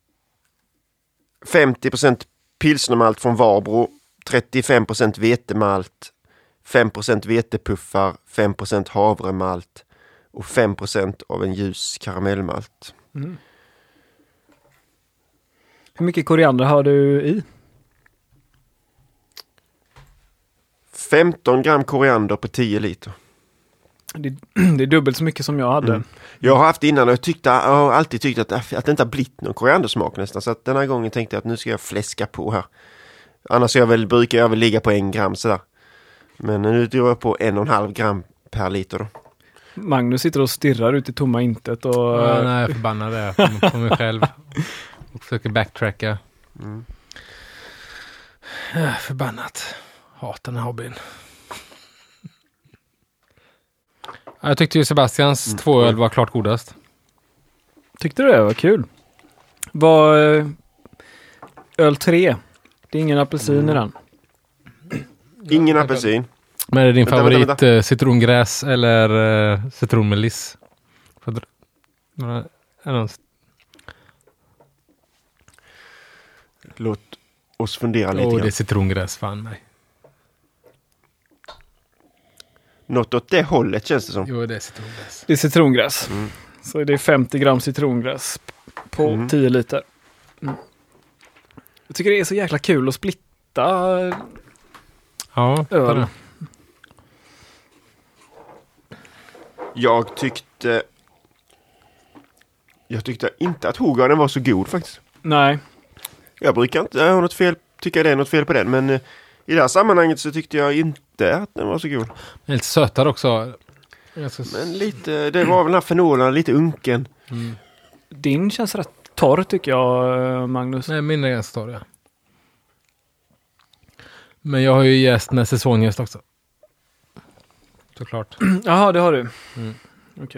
femtio procent pilsnermalt från Varbro, trettiofem procent vetemalt, fem procent vetepuffar, fem procent havremalt och fem procent av en ljus karamellmalt. Mm. Hur mycket koriander har du i? femton gram koriander på tio liter. Det, det är dubbelt så mycket som jag hade. Mm. Jag har haft innan och jag, tyckte, jag har alltid tyckt att, att det inte har blivit någon koriandersmak nästan. Så att den här gången tänkte jag att nu ska jag fläska på här. Annars jag väl, brukar jag väl ligga på en gram sådär. Men nu drar jag på en och en halv gram per liter då. Magnus sitter och stirrar ut i tomma intet och... Ja, nej, jag är förbannad är jag på, på mig själv. Och försöker backtracka. Mm. Ja, förbannat. Hatar den här hobbyn. Ja, jag tyckte ju Sebastians Mm. två öl var klart godast. Tyckte du det var kul? Var eh, öl tre. Det är ingen apelsin Mm. i den. Ingen apelsin. Men är det din Vänta, favorit vänta, vänta. eh, citrongräs eller eh, citronmeliss? Får jag dra- några- är det någon- Låt oss fundera lite Åh, det grann. är citrongräs, fan nej. Något åt det hållet känns det som. Jo, det är citrongräs. Det är citrongräs. Mm. Så det är femtio gram citrongräs på Mm. tio liter. Mm. Jag tycker det är så jäkla kul att splitta Ja, det är öl. det. Jag tyckte... Jag tyckte inte att Hogarden var så god faktiskt. Nej, Jag brukar inte ha något fel, tycka det är något fel på den, men eh, i det här sammanhanget så tyckte jag inte att den var så god. Den är lite sötare också. Ganska s- Men lite, det var väl den här fenolen, lite unken. Mm. din känns rätt torr tycker jag, eh, Magnus. Nej, min är ganska stor, ja. Men jag har ju jäst med säsongjäst också. Såklart. Jaha, det har du. Mm. Okej.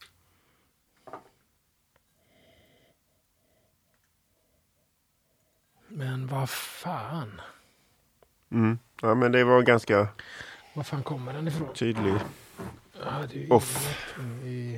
Men vad fan? Mm. Ja, men det var ganska Var fan kommer den ifrån? tydlig. Ja, det är ju Off. ingenting i...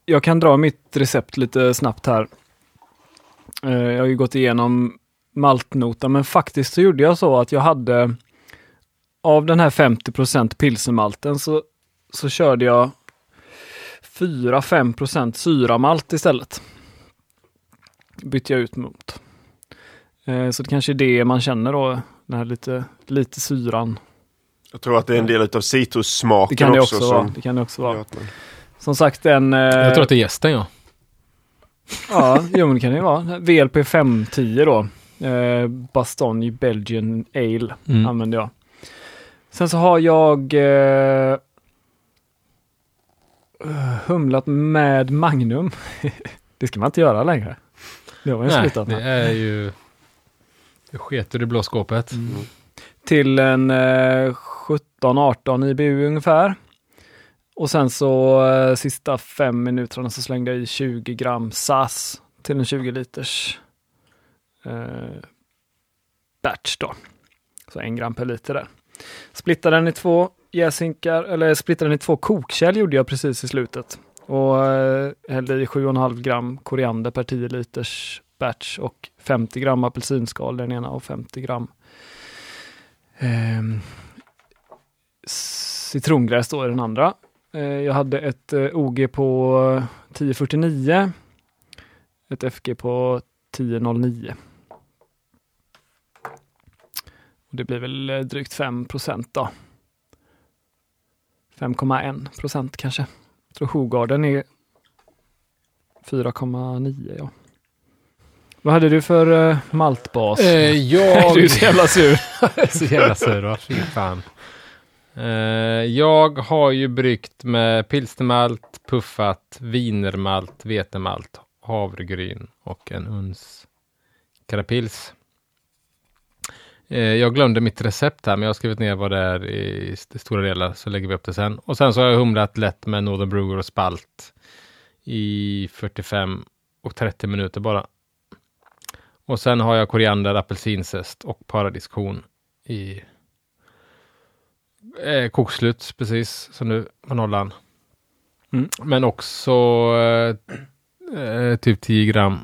jag kan dra mitt recept lite snabbt här. Uh, jag har ju gått igenom maltnotan, men faktiskt så gjorde jag så att jag hade av den här femtio procent pilsemalten så, så körde jag fyra till fem procent syramalt istället. Bytte jag ut mot. Uh, så det kanske är det man känner då, den här lite, lite syran. Jag tror att det är en del av citrussmaken det kan det också. också som vara. Det kan det också vara. man... Som sagt, en... Uh, Jag tror att det är gästen, ja. Ja, jo, men det kan det vara. V L P fem tio då. Eh, Bastogne Belgian Ale Mm. använder jag. Sen så har jag eh, humlat med Magnum. Det ska man inte göra längre. Det har man ju Nej, slutat det med. är ju... Det sketer i blå skåpet. Mm. Till en eh, sjutton arton I B U ungefär. Och sen så eh, sista fem minuterna så slängde jag i tjugo gram S A S till en tjugo liters eh, batch då. Så en gram per liter där. Splittade den i två jäsinkar, eller splittade den i två kokkärl gjorde jag precis i slutet. Och eh, hällde i sju komma fem gram koriander per tio liters batch och femtio gram apelsinskal den ena och femtio gram eh, citrongräs då i den andra. Jag hade ett O G på tio fyrtionio, ett F G på tio noll nio. Och det blir väl drygt fem procent då. fem komma en procent kanske. Jag tror Hogarden är fyra komma nio, ja. Vad hade du för uh, maltbas? Eh, jag... Du är så jävla sur. så jävla sur, va? Fy fan. Uh, jag har ju bryggt med pilsnermalt, puffat, wienermalt, vetemalt, havregryn och en uns karapils. Uh, jag glömde mitt recept här, men jag har skrivit ner vad det är i st- stora delar, så lägger vi upp det sen. Och sen så har jag humlat lätt med Northern Brewer och spalt i fyrtiofem och trettio minuter bara. Och sen har jag koriander, apelsinzest och paradiskorn i Eh, kokslut, precis som du från Holland. Mm. Men också eh, eh, typ tio gram.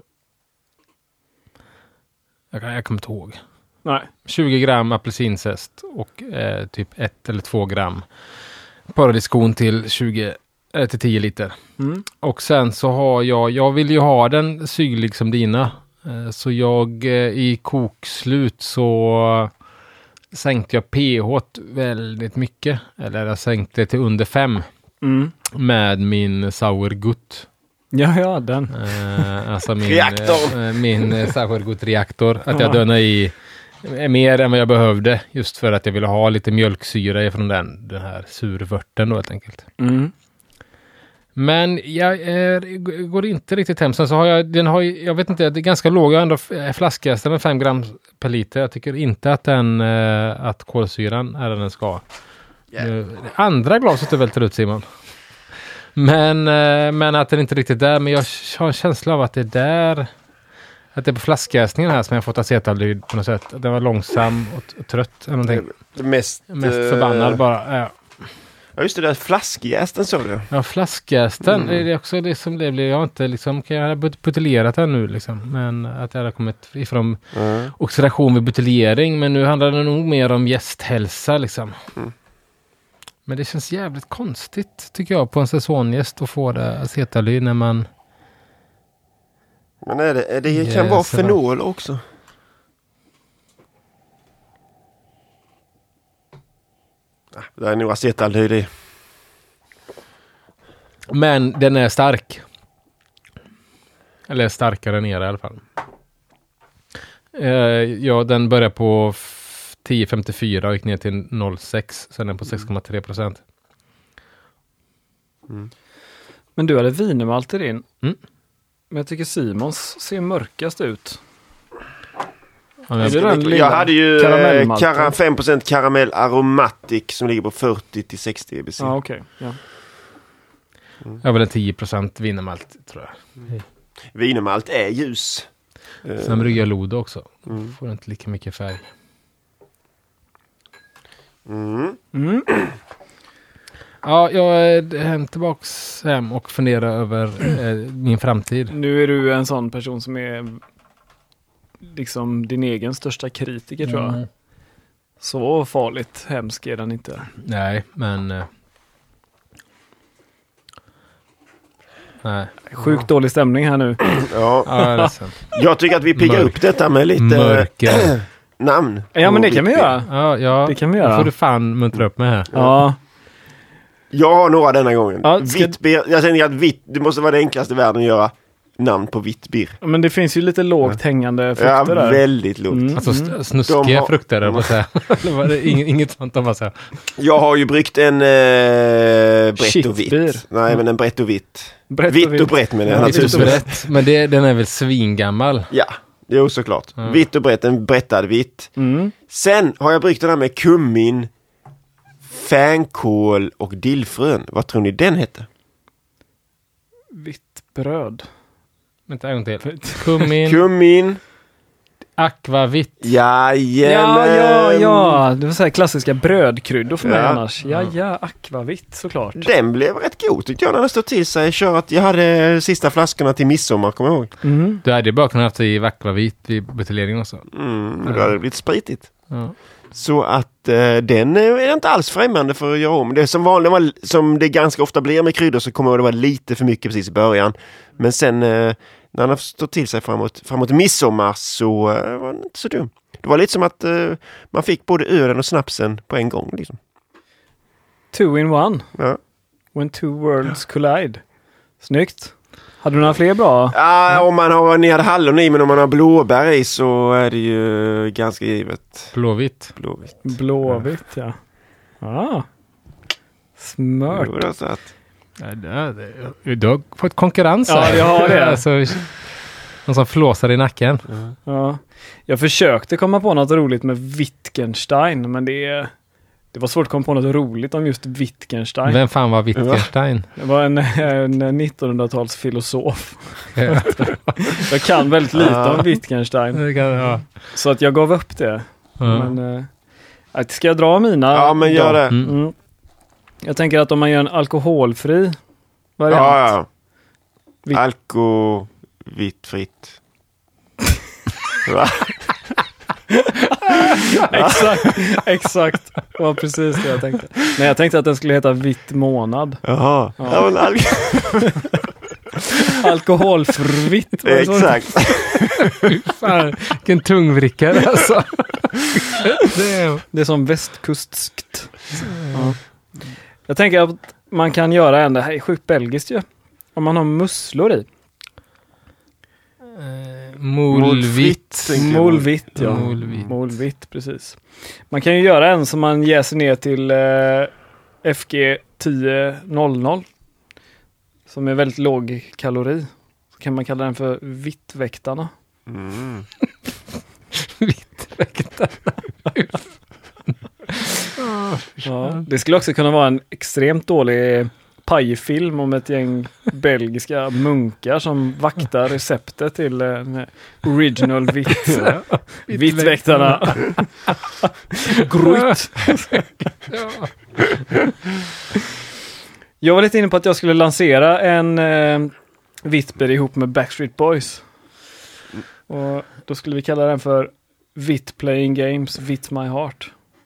Jag, jag kommer inte ihåg. Nej. tjugo gram apelsinzest och eh, typ ett eller två gram paradiskorn till tjugo eh, till tio liter. Mm. Och sen så har jag, jag vill ju ha den syrlig som dina. Eh, så jag eh, i kokslut så sänkte jag pH väldigt mycket. Eller jag sänkte till under fem. Mm. Med min Sauergut. Ja, ja, den. Eh, alltså min, reaktor. Eh, min Sauergut-reaktor. Att jag dönar i mer än vad jag behövde. Just för att jag ville ha lite mjölksyra från den, den här survörten då helt enkelt. Mm. Men jag eh, går inte riktigt hem. Sen så har jag, den har, jag vet inte, det är ganska låg. Jag har ändå flaskjästen med fem gram per liter. Jag tycker inte att den, eh, att kolsyran är den ska. Yeah. Andra glaset är väldigt ut, Simon. Men, eh, men att den inte riktigt där. Men jag har en känsla av att det är där, att det är på flaskjäsningen här som jag fått acetaldehyd på något sätt. Den var långsam och, och trött. Eller någonting. Det mest, mest förbannad bara. Ja. Ja, just det där flaskjästen så du. Ja, flaskjästen. Mm. Det är också det som det blir. Jag har inte liksom, kan jag ha buteljerat den nu liksom. Men att det har kommit ifrån mm. oxidation vid buteljering. Men nu handlar det nog mer om gästhälsa liksom. Mm. Men det känns jävligt konstigt tycker jag på en säsonggäst att få det acetaldehyd när man... Men är det, det kan yes, vara fenol då. Också. Det är nog acetaldehyd i. Men den är stark. Eller starkare än era i alla fall. Uh, ja, den börjar på tio komma femtiofyra och gick ner till noll komma sex. Sen är den på sex komma tre procent. Mm. Men du hade wienermalt i din. Mm. Men jag tycker Simons ser mörkast ut. Jag, jag hade ju kara, fem procent karamell aromatic som ligger på fyrtio till sextio E B C. Ah, okay. Ja, mm. Jag har väl en tio procent wienermalt tror jag. Mm. Wienermalt är ljus. Sen brygger jag Lodo också. Mm. Får inte lika mycket färg. Mm. Mm. Ja, jag är hem tillbaks hem och funderar över eh, min framtid. Nu är du en sån person som är liksom din egen största kritiker, tror jag. Mm. Så farligt hemsk är den inte. Nej, men... Eh, nej. Sjukt dålig stämning här nu. Ja. Ja, jag är ledsen. Jag tycker att vi piggar Mörk. upp detta med lite Mörker. namn. Ja, men det på kan vi Vittby. göra. Ja, ja. Det kan vi Då göra. får du fan muntra upp mig här. Ja. Jag har några denna gången. Ja, ska- Vitt bir. Jag tänker att vitt, det måste vara det enklaste i världen att göra namn på vitt bir. Men det finns ju lite lågt hängande Ja, frukter där. väldigt lågt. Mm. Alltså st- De snuskiga har- frukter, jag bara säga. Eller var det inget, inget sånt de bara säga. Jag har ju bryggt en eh, brett och Shitbir. vitt. Nej, men en brett och vitt. Brett och vitt och vitt. brett menar jag Ja, naturligtvis. vitt och Brett, men det, den är väl svingammal. Ja, jo såklart. Mm. Vitt och brett, en brettad vitt. Mm. Sen har jag bryggt den här med kummin, fänkål och dillfrön. Vad tror ni den heter? Vitt bröd. Vänta en gång till. Kummin, Kummin, akvavitt. jajamän. Ja, ja, ja. Det var så här klassiska brödkryddor för mig Ja. annars. Ja, ja, akvavitt såklart. Den blev rätt god tyckte jag när den stod till sig. Kör att jag hade sista flaskorna till midsommar, kommer jag ihåg. Mm. Du hade ju bara kunnat haft i akvavitt vid buteljeringen också. Mm, men då hade det blivit spritigt. Ja. Så att eh, den är inte alls främmande för att göra om. Det är som vanligt, var- som det ganska ofta blir med kryddor, så kommer det vara lite för mycket precis i början. Men sen eh, när den har stått till sig framåt, framåt midsommar så eh, var den inte så dum. Det var lite som att eh, man fick både ölen och snapsen på en gång. Liksom. Two in one. Ja. When two worlds collide. Snyggt. Hade du några fler bra? Ah, om man har, ni hade hallon i, men om man har blåbär i så är det ju ganska givet. Blåvitt. Blåvitt. Blåvitt, ja. Ah. Smört. Jo, det är så att, Ja, det, det, du har fått konkurrens Ja, här. jag har det. Alltså, någon som flåsar i nacken. Ja. Jag försökte komma på något roligt med Wittgenstein, men det, det var svårt att komma på något roligt om just Wittgenstein. Vem fan var Wittgenstein? Det var en, en nittonhundratals filosof. Jag kan väldigt lite Ja. om Wittgenstein, Det kan- ja. så att jag gav upp det. Ja. Men, äh, ska jag dra mina? ja, men gör då? det. Mm. Mm. Jag tänker att om man gör en alkoholfri variant. Ja, ja. Vitt. Alko, vitt, fritt. Va? Exakt, exakt. Det var precis det jag tänkte. Nej, jag tänkte att den skulle heta Vitt månad. Jaha. Ja. Ja, men al- Alkoholfritt. var det så? Exakt. Fan, vilken tungvrickare alltså. Det är... Det är som västkustskt. Ja. Jag tänker att man kan göra en, det här är sjukt belgiskt ju. Om man har musslor i. Eh, Molvitt. tänker jag. Molvitt, ja. Molvitt. Molvitt, precis. Man kan ju göra en som man jäser ner till eh, F G tio noll noll. Som är väldigt låg kalori. Så kan man kalla den för Vittväktarna. Mm. Ja, det skulle också kunna vara en extremt dålig pajfilm om ett gäng belgiska munkar som vaktar receptet till eh, den här original vitt. Vittväktarna. Grutt. Ja. Jag var lite inne på att jag skulle lansera en eh, Vittber ihop med Backstreet Boys. Och då skulle vi kalla den för Vitt Playing Games, Vitt My Heart.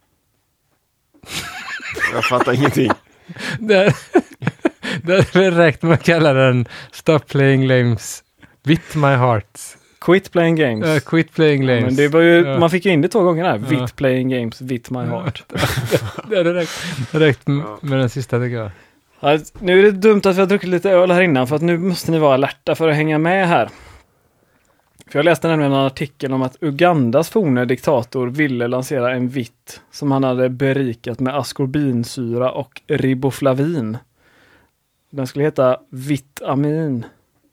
Jag fattar ingenting. Det det är väl räckt med att kalla den Stop Playing Games. Vitt My Heart. Quit Playing Games. Uh, quit Playing Ja, Games. men det var ju, Ja. man fick ju in det två gånger här. Ja. Vitt Playing Games, Vitt My Heart. Det hade räckt, det hade räckt med, med den sista tycker jag. Ja, nu är det dumt att vi har druckit lite öl här innan, för att nu måste ni vara alerta för att hänga med här. För jag läste nämligen en artikel om att Ugandas forne diktator ville lansera en vitt som han hade berikat med askorbinsyra och riboflavin. Den skulle heta Vitamin.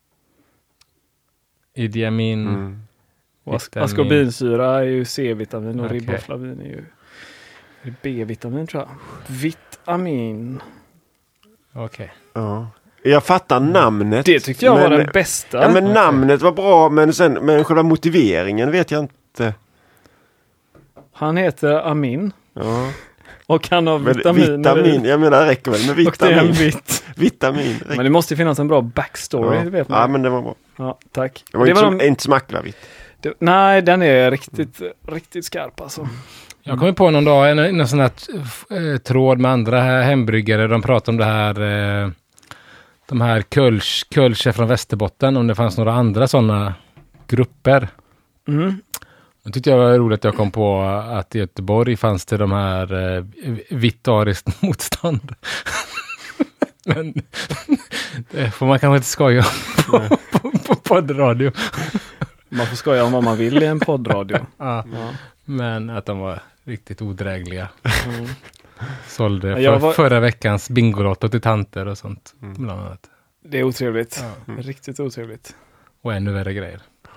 Idi Amin. Mm. Och as- Vitamin. askorbinsyra är ju C-vitamin och Okej. riboflavin är ju är det B-vitamin tror jag. Vitamin. Okej. Ja. Jag fattar namnet. Det tyckte jag var men- den bästa. Ja, men Okej. namnet var bra, men sen men själva motiveringen vet jag inte. Han heter Amin. Ja. Och kan ha Men vitaminer vitamin, i. jag menar det räcker väl med Och det är en vitamin. vitt. Vitamin. räcker. Men det måste ju finnas en bra backstory, ja. det vet man. Ja, men det var bra. Ja, tack. Det var, det inte, var så, de, inte som akvavit. det, nej, den är riktigt, riktigt skarp alltså. Jag kom ju på någon dag en, en sån här eh, tråd med andra här hembryggare. De pratade om det här, eh, de här Kölsch, Kölscher från Västerbotten. Om det fanns några andra sådana grupper. Mm. Jag tyckte jag var roligt att jag kom på att i Göteborg fanns det de här eh, vittariskt motstånd. Men det får man kanske inte skoja om på, på, på poddradio. Man får skoja om vad man vill i en poddradio. Ja. Ja. Men att de var riktigt odrägliga. Mm. Sålde Jag för, var- förra veckans Bingolotto till tanter och sånt. Mm. Bland annat. Det är otrevligt. Ja. Riktigt otrevligt. Och ännu värre grejer.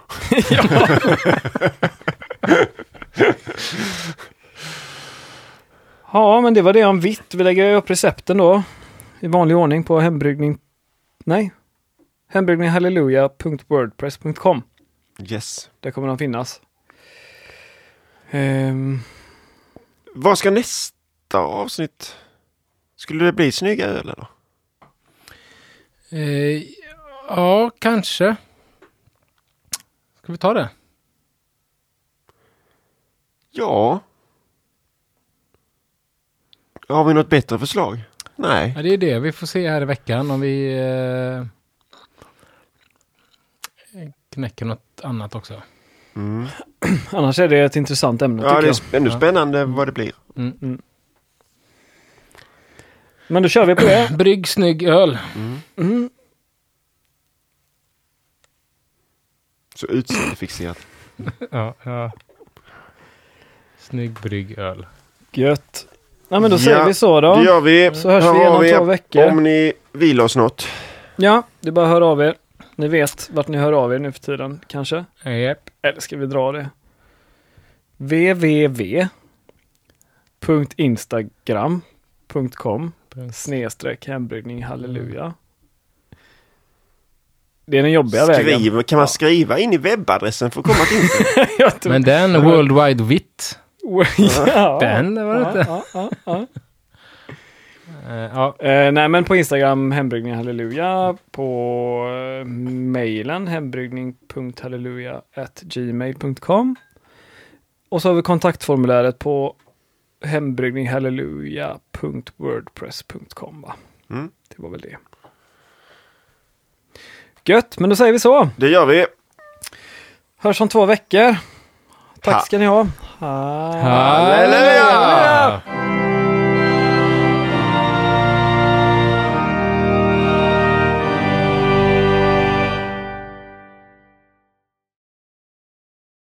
Ja, men det var det om vitt. Vi lägger upp recepten då. I vanlig ordning på hembryggning... Nej. hembryggningshalleluja punkt wordpress punkt com. Yes. Där kommer de finnas. Ehm, Vad ska nästa avsnitt? Skulle det bli snygga öl eller? Eh, ja, kanske. Ska vi ta det? Ja. Har vi något bättre förslag? Nej. Ja, det är det. Vi får se här i veckan om vi eh, knäcker något annat också. Mm. annars är det ett intressant ämne Ja, tycker det är jag. sp- ännu spännande vad det blir. Mm. Men då kör vi på det. Brygg snygg öl. Mm. Mm. Så utseendefixerat. Ja, ja. Snygg brygg öl. Gött. Ja, men då Ja, säger vi så då. Det gör vi. Så hörs Hör vi igen av om er två veckor. Om ni vill oss något. Ja, det är bara att höra av er. Ni vet vart ni hör av er nu för tiden, kanske? Yep. Eller ska vi dra det? www punkt instagram punkt com snedstreck hembryggning halleluja. Det är den jobbiga vägen. Skriv, kan man skriva in i webbadressen för att komma till info? Jag tror- Men den World Wide Wit. ja. Den var det ja, inte. ja, ja, ja. Eh, ja. Eh, nej, men på Instagram hembryggning halleluja, på eh, mejlen hembryggning punkt halleluja at gmail punkt com, och så har vi kontaktformuläret på hembryggning halleluja punkt wordpress punkt com, va? Mm. Det var väl det. Gött, men då säger vi så. Det gör vi. Hörs om två veckor. Tack Ha. ska ni ha. Ha. Halleluja!